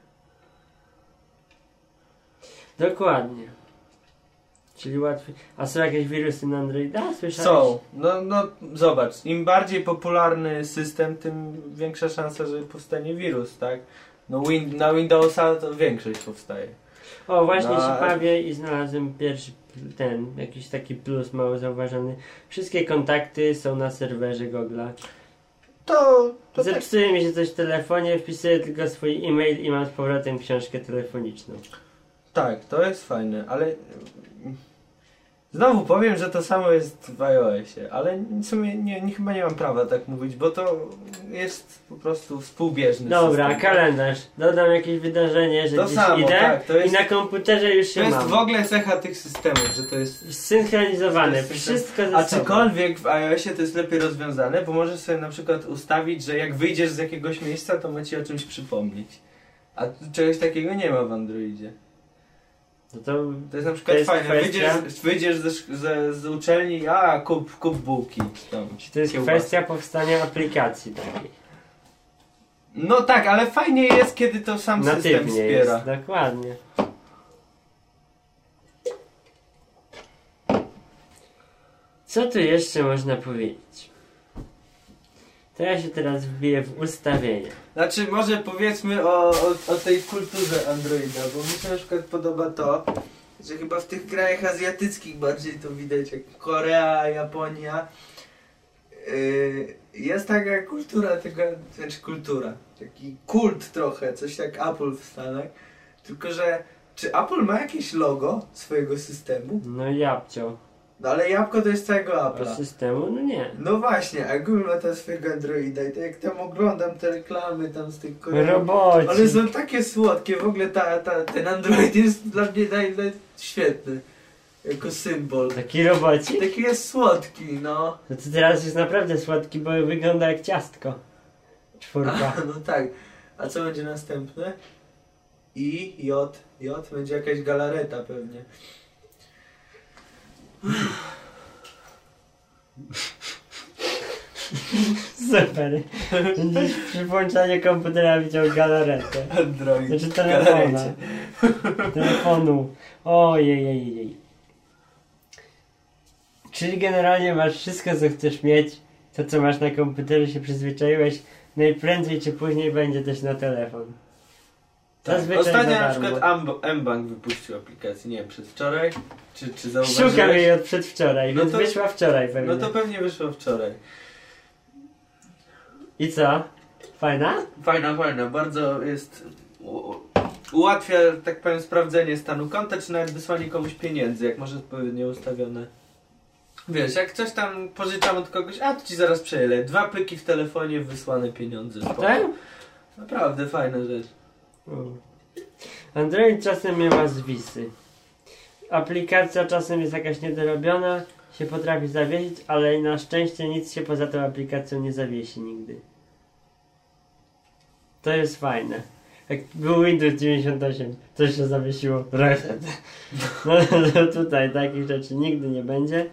Dokładnie. Czyli łatwiej. A są jakieś wirusy na Androida? Słyszałeś? Są. No, no zobacz, im bardziej popularny system, tym większa szansa, że powstanie wirus, tak? No win na Windowsa to większość powstaje. O, właśnie No, się a- bawię i znalazłem pierwszy ten, jakiś taki plus mało zauważony. Wszystkie kontakty są na serwerze Google'a. To, to tak, Zepsuje mi się coś w telefonie, wpisuję tylko swój e-mail i mam z powrotem książkę telefoniczną. tak, to jest fajne, ale mm, Znowu powiem, że to samo jest w iOSie, ale w sumie nie, nie, chyba nie mam prawa tak mówić, bo to jest po prostu współbieżny Dobra, system. kalendarz. Dodam jakieś wydarzenie, że To gdzieś samo, idę tak, to jest- i na komputerze już się To jest mam. w ogóle cecha tych systemów, że to jest... Synchronizowane, to jest system- wszystko ze A sobą. cokolwiek w iOSie to jest lepiej rozwiązane, bo możesz sobie na przykład ustawić, że jak wyjdziesz z jakiegoś miejsca, to ma ci o czymś przypomnieć. A tu czegoś takiego nie ma w Androidzie. No to To jest na przykład To jest fajne. kwestia- Wyjdziesz, wyjdziesz ze, szk- ze, z uczelni, a kup, kup bułki. Czy tam, Czy to jest kiełbasy. kwestia powstania aplikacji takiej? No tak, ale fajnie jest, kiedy to sam system Natywnie wspiera. jest, dokładnie. Co tu jeszcze można powiedzieć? To ja się teraz wbiję w ustawienia. Znaczy, może powiedzmy o, o, o tej kulturze Androida, bo mi się na przykład podoba to, że chyba w tych krajach azjatyckich bardziej to widać, jak Korea, Japonia, yy, jest taka kultura tego, znaczy kultura, taki kult trochę, coś jak Apple w Stanach, tylko że czy Apple ma jakieś logo swojego systemu? No jabcio. No ale jabłko to jest całego A Apple'a. systemu? No nie. No właśnie, a Google ma tam swojego Androida i to jak tam oglądam te reklamy tam z tych Korean- Roboci. One są takie słodkie, w ogóle ta, ta, ten Android jest dla mnie naj, naj, świetny. Jako symbol. Taki robocik? Taki jest słodki, no. No to teraz jest naprawdę słodki, bo wygląda jak ciastko. Czwórka. A, no tak. A co będzie następne? I, J, J, będzie jakaś galareta pewnie. Super. Będziesz przy włączaniu komputera widział galaretę. Android. Znaczy w telefona. galarecie. Telefonu. Ojej. Czyli generalnie masz wszystko, co chcesz mieć. To, co masz na komputerze, się przyzwyczaiłeś. Najprędzej czy później będzie też na telefon. Tak. Zazwyczaj Ostatnio za na darmo. przykład Amb- mBank wypuścił aplikację, nie wiem, przedwczoraj? Czy, czy zauważyłeś? Szukam jej od przedwczoraj, No więc to- wyszła wczoraj pewnie. No to pewnie wyszło wczoraj. I co? Fajna? Fajna, fajna, bardzo jest... u- Ułatwia, tak powiem, sprawdzenie stanu konta, czy nawet wysłanie komuś pieniędzy, jak masz odpowiednio ustawione. Wiesz, jak coś tam pożyczam od kogoś, a to ci zaraz przelej. Dwa pliki w telefonie, wysłane pieniądze. Spoko. Tak? Naprawdę fajna rzecz. Mm. Android czasem nie ma zwisy. Aplikacja czasem jest jakaś niedorobiona, się potrafi zawiesić, ale na szczęście nic się poza tą aplikacją nie zawiesi nigdy. To jest fajne. Jak był Windows dziewięćdziesiąt osiem, coś się zawiesiło, reset. No to tutaj takich rzeczy nigdy nie będzie.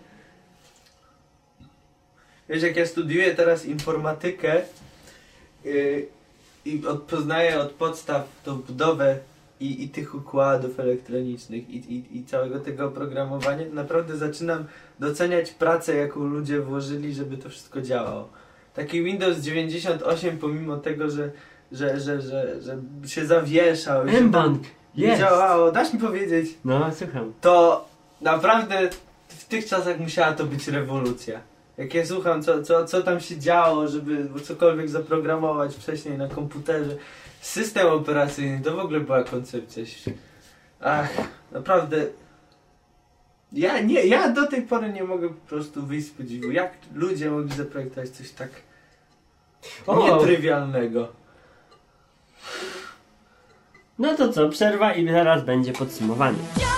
Wiesz, jak ja studiuję teraz informatykę yy, i od, poznaję od podstaw tą budowę i, i tych układów elektronicznych i, i, i całego tego oprogramowania, naprawdę zaczynam doceniać pracę, jaką ludzie włożyli, żeby to wszystko działało. Taki Windows dziewięćdziesiąt osiem, pomimo tego, że, że, że, że, że się zawieszał i że mBank! nie Jest! działało, dasz mi powiedzieć, No, słucham. to naprawdę w tych czasach musiała to być rewolucja. Jak ja słucham, co, co, co tam się działo, żeby cokolwiek zaprogramować wcześniej na komputerze. System operacyjny to w ogóle była koncepcja. Ach, naprawdę. Ja, nie, ja do tej pory nie mogę po prostu wyjść z podziwu. Jak ludzie mogli zaprojektować coś tak O! nietrywialnego. No to co, przerwa i zaraz będzie podsumowanie.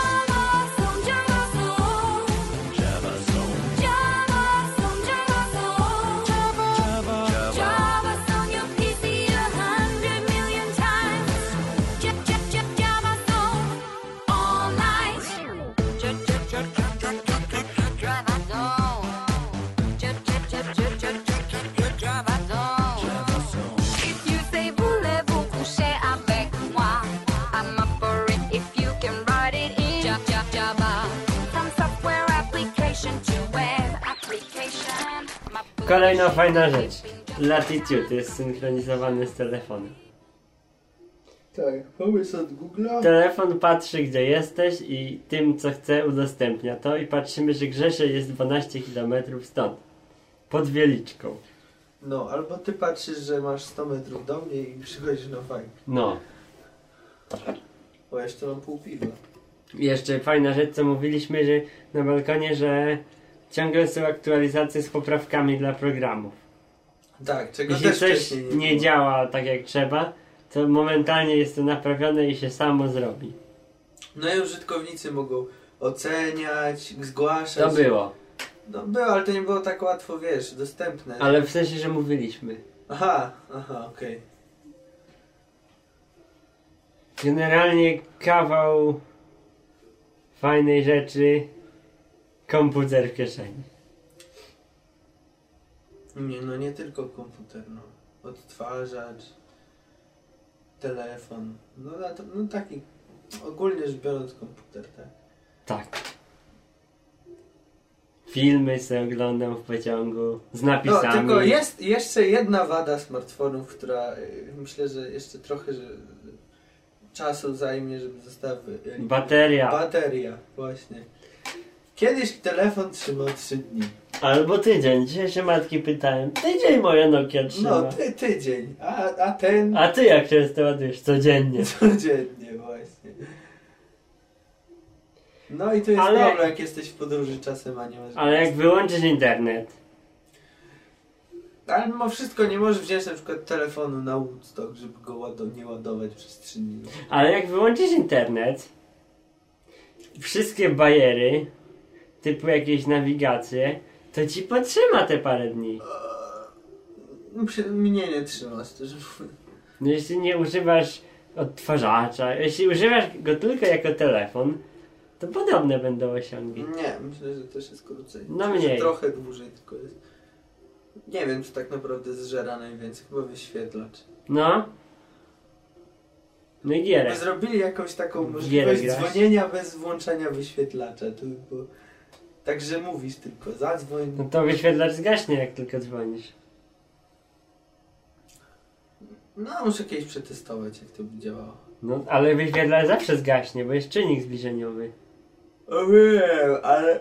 Kolejna fajna rzecz. Latitude jest synchronizowany z telefonem. Tak, pomysł od Google'a. Telefon patrzy, gdzie jesteś i tym, co chce, udostępnia to i patrzymy, że Grzesze jest dwanaście kilometrów stąd. Pod Wieliczką. No, albo ty patrzysz, że masz sto metrów do mnie i przychodzisz na fajnie. No. Bo ja jeszcze mam pół piwa. Jeszcze fajna rzecz, co mówiliśmy, że na balkonie, że ciągle są aktualizacje z poprawkami dla programów. Tak, czego Jeśli też coś wcześniej nie, nie było. działa tak jak trzeba, to momentalnie jest to naprawione i się samo zrobi. No i użytkownicy mogą oceniać, zgłaszać. To było. No było, ale to nie było tak łatwo, wiesz, dostępne. Ale w sensie, że mówiliśmy. Aha, aha, okej. Generalnie kawał fajnej rzeczy, komputer w kieszeni. Nie, no nie tylko komputer, no. Odtwarzacz, telefon. No, na to, no taki, ogólnie rzecz biorąc komputer, tak. Tak. Filmy sobie oglądam w pociągu z No, napisami. tylko jest jeszcze jedna wada smartfonów, która y, myślę, że jeszcze trochę że, czasu zajmie, żeby została... wy- Bateria. Bateria, właśnie. Kiedyś telefon trzymał trzy dni. Albo tydzień. Dzisiaj się matki pytałem. Tydzień moja Nokia trzyma. No, ty, tydzień, a, a ten A ty jak często ładujesz? Codziennie. codziennie właśnie. No i to jest Ale- problem, jak jesteś w podróży czasem, a nie masz... Ale jak wyłączysz internet, Ale mimo wszystko nie możesz wziąć na przykład telefonu na Woodstock, żeby go łado- nie ładować przez trzy dni. ale jak wyłączysz internet, wszystkie bajery, typu jakieś nawigacje, to ci potrzyma te parę dni. No, się- mnie nie trzyma, szczerze mówiąc. No jeśli nie używasz odtwarzacza, jeśli używasz go tylko jako telefon, to podobne będą osiągi. Nie, myślę, że też jest krócej. No Myślę, że mniej. trochę dłużej tylko jest. Nie wiem, czy tak naprawdę zżera najwięcej. Chyba wyświetlacz. No. No i Jakby gierek. zrobili jakąś taką Gierek możliwość grać. dzwonienia bez włączenia wyświetlacza. To by było... Także mówisz tylko, zadzwoń. No to wyświetlacz zgaśnie, jak tylko dzwonisz. No, muszę kiedyś przetestować, jak to by działało. No, ale wyświetlacz zawsze zgaśnie, bo jest czynnik zbliżeniowy. O wiem, ale...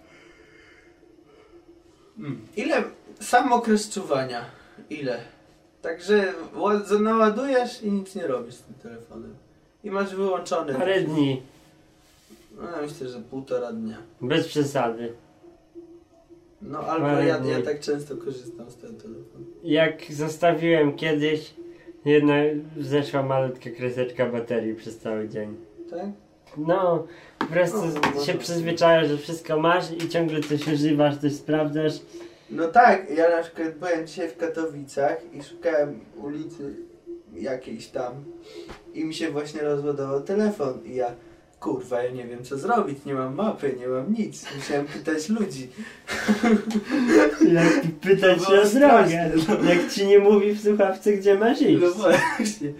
Hmm. Ile... Sam okres czuwania. Ile? Także ła- naładujesz i nic nie robisz z tym telefonem. I masz wyłączony. Parę dni. No ja myślę, że półtora dnia. Bez przesady. No albo Parę ja, dni. ja tak często korzystam z tego telefonu. Jak zostawiłem kiedyś, jedna zeszła malutka kreseczka baterii przez cały dzień. Tak? No, po prostu O, no się to- przyzwyczajasz, że wszystko masz i ciągle coś używasz, coś sprawdzasz. No tak, ja na przykład byłem dzisiaj w Katowicach i szukałem ulicy jakiejś tam i mi się właśnie rozładował telefon i ja, kurwa, ja nie wiem co zrobić, nie mam mapy, nie mam nic, musiałem pytać ludzi. Jak pytać To się było o drogę, straszne, jak ci nie mówi w słuchawce, gdzie masz iść. No właśnie.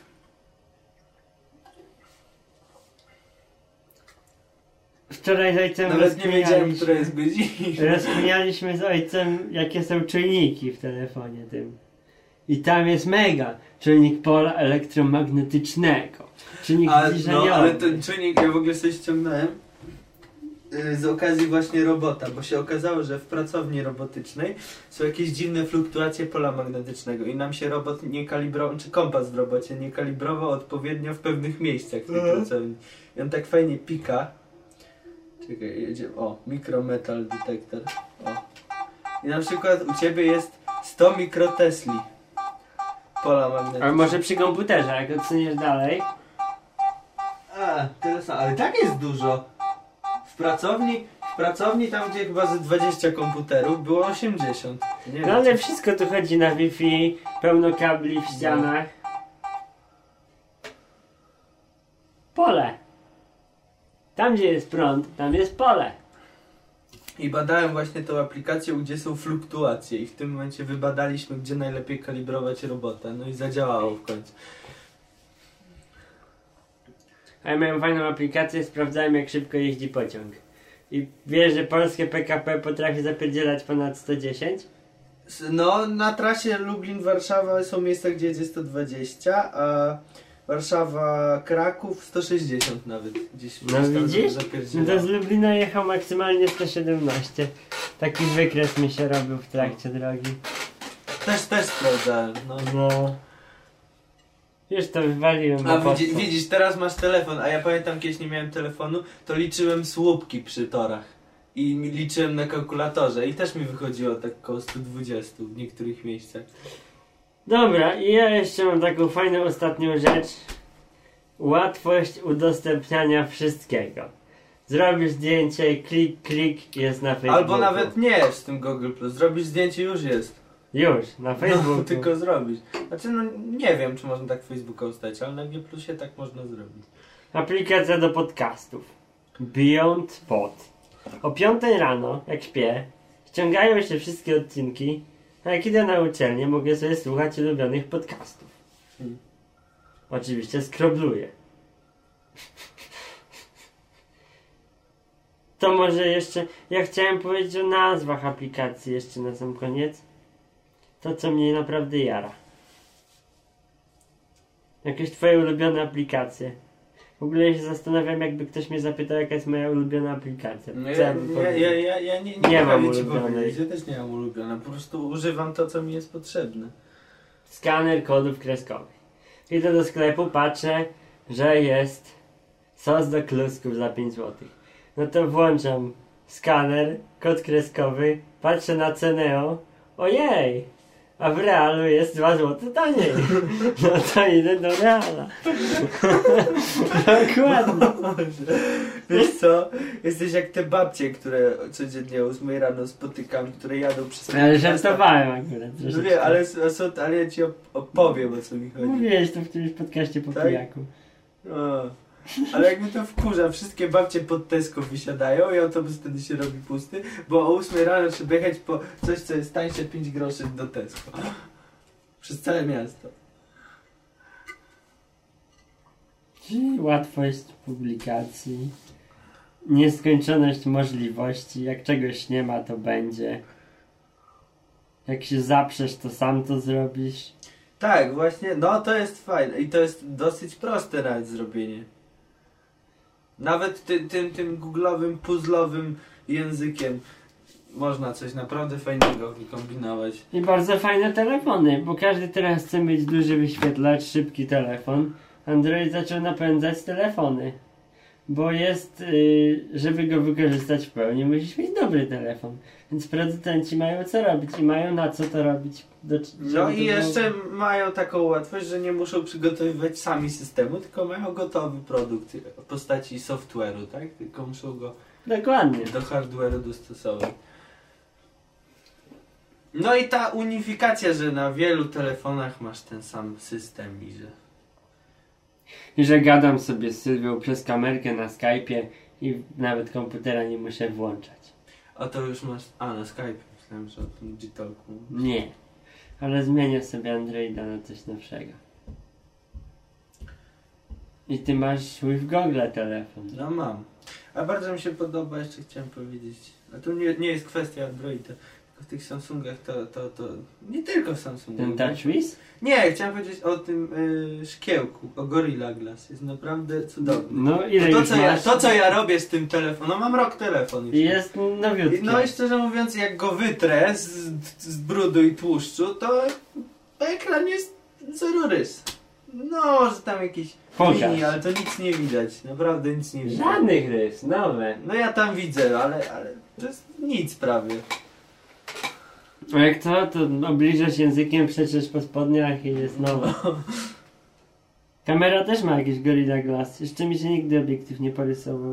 Wczoraj z ojcem Nawet nie wiedziałem, rozkminialiśmy- która jest godzina. Rozkminialiśmy z ojcem, jakie są czujniki w telefonie tym. I tam jest mega. Czujnik pola elektromagnetycznego. Czujnik A, zbliżeniowy. no, ale ten czujnik ja w ogóle sobie ściągnąłem y, z okazji właśnie robota, bo się okazało, że w pracowni robotycznej są jakieś dziwne fluktuacje pola magnetycznego i nam się robot nie kalibrował, czy kompas w robocie nie kalibrował odpowiednio w pewnych miejscach w tej Mhm. pracowni. I on tak fajnie pika. Czekaj, jedziemy. O, mikrometal detektor. O. I na przykład u ciebie jest sto mikrotesli pola magnetycznego. Ale może przy komputerze, jak odsuniesz dalej. A, tyle samo, ale tak jest dużo. W pracowni, w pracowni tam gdzie chyba ze dwadzieścia komputerów było osiemdziesiąt. Nie No wiem, ale czy- wszystko tu chodzi na Wi-Fi, pełno kabli w ścianach. Pole. Tam gdzie jest prąd, tam jest pole. I badałem właśnie tą aplikację, gdzie są fluktuacje i w tym momencie wybadaliśmy, gdzie najlepiej kalibrować robotę. No i zadziałało w końcu. A ja miałem fajną aplikację, sprawdzałem jak szybko jeździ pociąg. I wiesz, że polskie P K P potrafi zapierdzielać ponad sto dziesięć? S- No, na trasie Lublin-Warszawa są miejsca, gdzie jedzie sto dwadzieścia, a Warszawa-Kraków sto sześćdziesiąt nawet. Gdzieś No tam widzisz? No zapierdzielało. to z Lublina jechał maksymalnie sto siedemnaście. Taki wykres mi się robił w trakcie drogi. Też, też sprawdzałem. No. No. Już to wywaliłem. A bo widzi, po co? widzisz, teraz masz telefon, a ja pamiętam kiedyś nie miałem telefonu, to liczyłem słupki przy torach. I mi- liczyłem na kalkulatorze i też mi wychodziło tak około sto dwadzieścia w niektórych miejscach. Dobra, i ja jeszcze mam taką fajną ostatnią rzecz. Łatwość udostępniania wszystkiego. Zrobisz zdjęcie, klik, klik, jest na Facebooku. Albo nawet nie z tym Google Plus, zrobisz zdjęcie, już jest. Już, na Facebooku. No, tylko zrobić. Znaczy, no nie wiem, czy można tak Facebooka ustawić, ale na G Plusie tak można zrobić. Aplikacja do podcastów. Beyond Pod. O piątej rano, jak śpię, ściągają się wszystkie odcinki, a jak idę na uczelnię, mogę sobie słuchać ulubionych podcastów. Hmm. Oczywiście skrobluję. To może jeszcze, ja chciałem powiedzieć o nazwach aplikacji jeszcze na sam koniec. To, co mnie naprawdę jara. Jakieś twoje ulubione aplikacje. W ogóle się zastanawiam, jakby ktoś mnie zapytał, jaka jest moja ulubiona aplikacja. No Co ja, bym ja, powiedział? ja, ja, ja nie, nie, Nie mam potrafię ci ulubionej. powiedzieć, ja też nie mam ulubione, po prostu używam to, co mi jest potrzebne. Skaner kodów kreskowych. Idę do sklepu, patrzę, że jest sos do klusków za pięć złotych. No to włączam skaner, kod kreskowy, patrzę na cenę. Ojej! A w realu jest dwa złote taniej. No to idę do reala. Dokładnie. Wiesz co? Jesteś jak te babcie, które codziennie o ósmej rano spotykam, które jadą przez... Ale żartowałem akurat. No troszeczkę. nie, ale, ale, ale ja ci op- opowiem, o co mi chodzi. Mówiłeś to w którymś podcaście po Tak? pijaku. O, ale jak mnie to wkurza, wszystkie babcie pod Tesco wysiadają i autobus wtedy się robi pusty, bo o ósmej rano trzeba jechać po coś, co jest tańsze pięć groszy do Tesco. Przez całe miasto. Czyli łatwość publikacji, nieskończoność możliwości, jak czegoś nie ma, to będzie. Jak się zaprzesz, to sam to zrobisz. Tak, właśnie, no to jest fajne i to jest dosyć proste nawet zrobienie. Nawet ty, tym, tym googlowym, puzzlowym językiem można coś naprawdę fajnego wykombinować. I bardzo fajne telefony, bo każdy teraz chce mieć duży wyświetlacz, szybki telefon. Android zaczął napędzać telefony. Bo jest, yy, żeby go wykorzystać w pełni, musisz mieć dobry telefon. Więc producenci mają co robić i mają na co to robić. Do, No i jeszcze mają taką łatwość, że nie muszą przygotowywać sami systemu, tylko mają gotowy produkt w postaci software'u, tak? Tylko muszą go Dokładnie. do hardware'u dostosować. No i ta unifikacja, że na wielu telefonach masz ten sam system i że... I że gadam sobie z Sylwią przez kamerkę na Skype'ie i nawet komputera nie muszę włączać. A to już masz... A, na Skype. Myślałem, że o tym G-Talku. Nie. Ale zmienię sobie Androida na coś nowszego. I ty masz with Google telefon. No mam. A bardzo mi się podoba, jeszcze chciałem powiedzieć, a to nie, nie jest kwestia Androida, tylko w tych Samsungach to, to, to nie tylko w Samsungach. Ten TouchWiz? Nie, chciałem powiedzieć o tym y, szkiełku, o Gorilla Glass. Jest naprawdę cudowny. No ile to, już co ja, masz? to co ja robię z tym telefonem, no mam rok telefon już. I jest nowiutki. I no i szczerze mówiąc, jak go wytrę z, z brudu i tłuszczu, to ekran jest zero rys. No, że tam jakieś Pokaż. linii, ale to nic nie widać. Naprawdę nic nie widać. Żadnych rys, nowe. No ja tam widzę, ale, ale to jest nic prawie. A jak to, to obliżasz językiem, przeczesz po spodniach i jest nowe. Kamera też ma jakiś Gorilla Glass. Jeszcze mi się nigdy obiektyw nie porysował.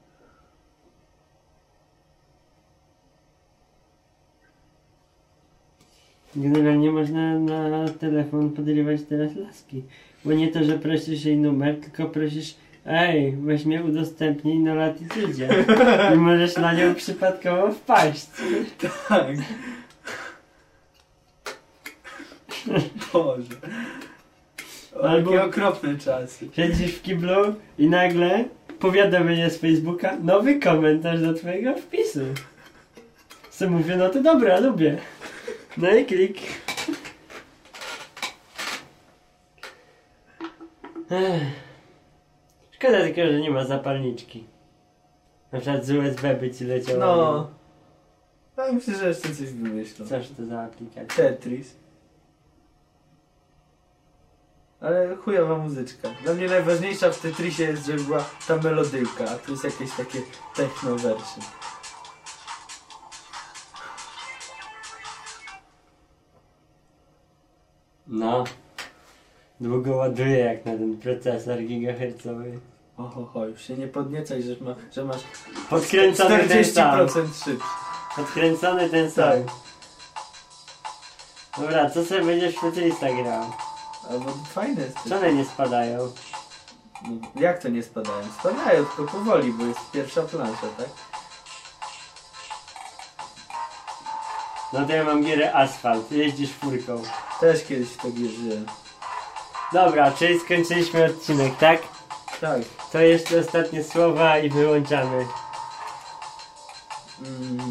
Generalnie można na telefon podrywać teraz laski. Bo nie to, że prosisz jej numer, tylko prosisz: ej, weź mnie udostępnij na Latitudzie. I możesz na nią przypadkowo wpaść. Tak. Boże. O, Albo- jakie okropne czasy. Siedzisz w kiblu i nagle powiadomienie z Facebooka: nowy komentarz do twojego wpisu. Co mówię, no to dobra, lubię. No i klik. Ech. Szkoda tylko, że nie ma zapalniczki. Na przykład z U S B by ci leciało. No. Ja myślę, że jeszcze coś wymyślą. Coż to za aplikacja? Tetris. Ale chujowa muzyczka. Dla mnie najważniejsza w Tetrisie jest, żeby była ta melodyjka, a to jest jakieś takie techno version. No. Długo ładuje jak na ten procesor gigahercowy. Oho, ho, już się nie podniecaj, że, ma, że masz Podkręcony ten czterdzieści sam. procent szybszy. Podkręcony ten sam. Tak. Dobra, co sobie będziesz w Tetrisa grał? Albo fajne jest. Czy one nie spadają? No, jak to nie spadają? Spadają, tylko powoli, bo jest pierwsza plansza, tak? No to ja mam gierę Asfalt, jeździsz furką. Też kiedyś w to wierzyłem. Dobra, czyli skończyliśmy odcinek, tak? Tak. To jeszcze ostatnie słowa i wyłączamy. Mm.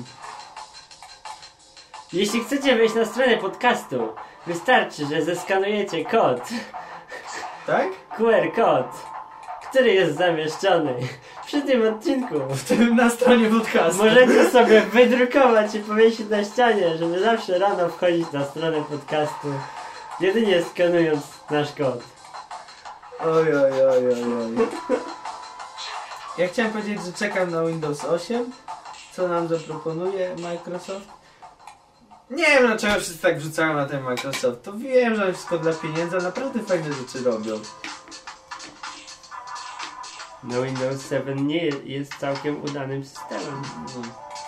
Jeśli chcecie wejść na stronę podcastu, wystarczy, że zeskanujecie kod, Tak? Q R kod, który jest zamieszczony przy tym odcinku. W tym na stronie podcastu. Możecie sobie wydrukować i powiesić na ścianie, żeby zawsze rano wchodzić na stronę podcastu, jedynie skanując nasz kod. Oj, oj, oj, oj, oj. Ja chciałem powiedzieć, że czekam na Windows osiem. Co nam zaproponuje Microsoft? Nie wiem, dlaczego wszyscy tak wrzucają na ten Microsoft. To wiem, że wszystko dla pieniędzy, ale naprawdę fajne rzeczy robią. No Windows siedem nie jest całkiem udanym systemem. No.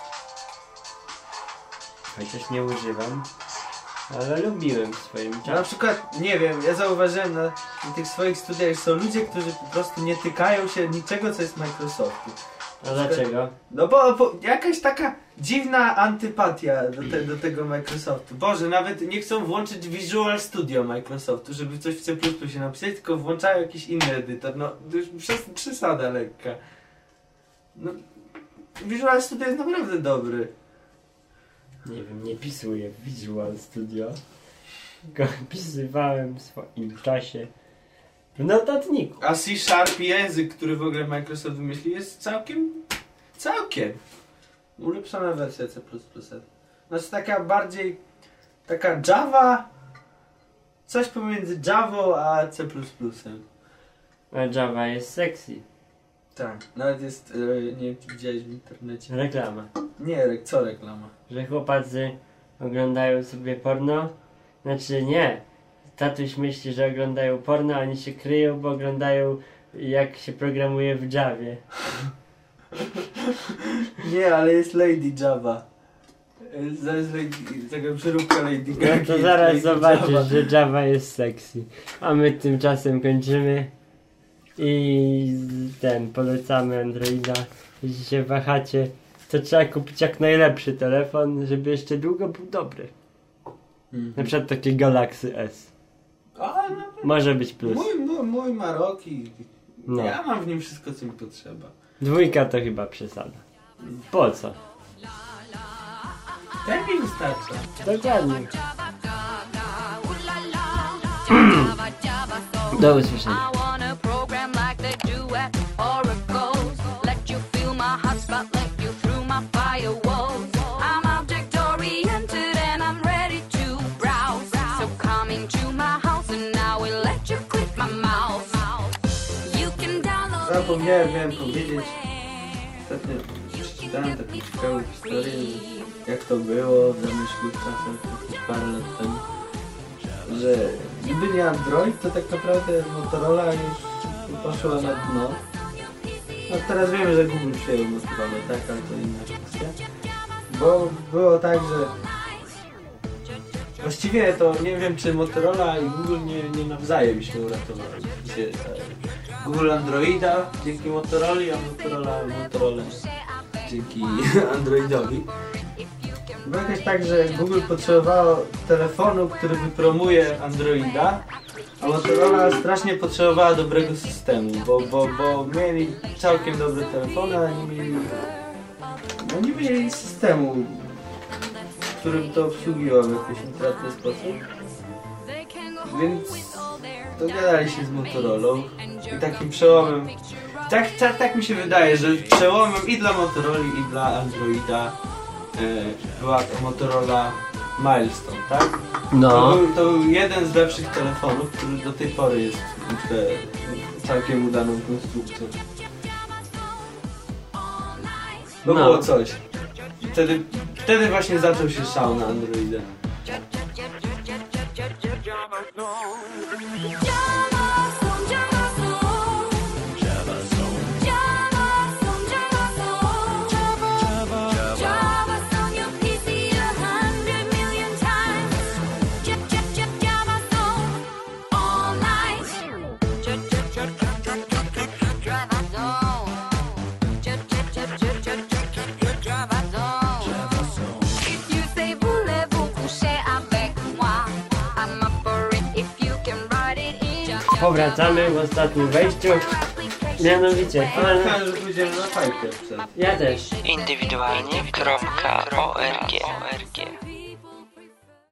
Chociaż nie używam, ale lubiłem w swoim Na czasie. przykład, nie wiem, ja zauważyłem na, na tych swoich studiach, że są ludzie, którzy po prostu nie tykają się niczego, co jest Microsoftu. A dlaczego? No bo, bo jakaś taka dziwna antypatia do, te, do tego Microsoftu. Boże, nawet nie chcą włączyć Visual Studio Microsoftu, żeby coś w C plus plus się napisać, tylko włączają jakiś inny edytor. No, to już przes- przesada lekka. No, Visual Studio jest naprawdę dobry. Nie wiem, nie pisuję w Visual Studio. Go pisywałem w swoim czasie w notatniku. A C Sharp, język, który w ogóle Microsoft wymyślił, jest całkiem, całkiem ulepszona wersja C plus plus. Znaczy taka bardziej, taka Java, coś pomiędzy Javą a C plus plus. A Java jest sexy. Tak, nawet jest, e, nie wiem czy widziałeś w internecie. Reklama. Nie, re- co reklama? Że chłopacy oglądają sobie porno. Znaczy nie. Tatuś myśli, że oglądają porno, a oni się kryją, bo oglądają jak się programuje w Javie. Nie, ale jest Lady Java. E, Zaraz Lady, taka przeróbka Lady No Gagi. to zaraz Lady zobaczysz, Java. że Java jest sexy. A my tymczasem kończymy. I ten, polecamy Androida. Jeśli się wahacie, to trzeba kupić jak najlepszy telefon, żeby jeszcze długo był dobry. Mhm. Na przykład taki Galaxy S. A, no, Może być plus. mój, mój, mój Maroki. No. Ja mam w nim wszystko, co mi potrzeba. Dwójka to chyba przesada. Po co? Ten mi wystarcza. Dokładnie. Do usłyszenia. I wanna program like they do at Oracle. Let you feel my hotspot, let you through my firewalls. I'm object oriented and I'm ready to browse. So come into my house and I will let you click my mouse. You can download Zapomniałem, miałem powiedzieć. Ostatnio przeczytałem taką ciekawą historię, jak to było w zamierzchłych czasach, jakieś parę lat temu. Że gdyby nie Android, to tak naprawdę Motorola już poszła na dno. No teraz wiemy, że Google przejął Motorola, tak, ale to inna kwestia. Bo było tak, że właściwie to nie wiem, czy Motorola i Google nie, nie nawzajem się uratowali. Gdzie, e, Google Androida dzięki Motoroli, a Motorola Motorola dzięki Androidowi. Było jakoś tak, że Google potrzebowało telefonu, który wypromuje Androida, a Motorola strasznie potrzebowała dobrego systemu, bo, bo, bo mieli całkiem dobre telefony, ale nie mieli, no nie mieli systemu, który by to obsługiwał w jakiś intratny sposób. Więc dogadali się z Motorolą i takim przełomem, tak, tak, tak mi się wydaje, że przełomem i dla Motorola i dla Androida e, była to Motorola Milestone, tak? No. To był, to był jeden z lepszych telefonów, który do tej pory jest myślę, całkiem udaną konstrukcją. Bo No. było coś. I wtedy, wtedy właśnie zaczął się szał na Androida. Powracamy w ostatnim wejściu. Mianowicie, pan... Myślałem, że pójdziemy na fajkę przed. Ja też. Indywidualnie.org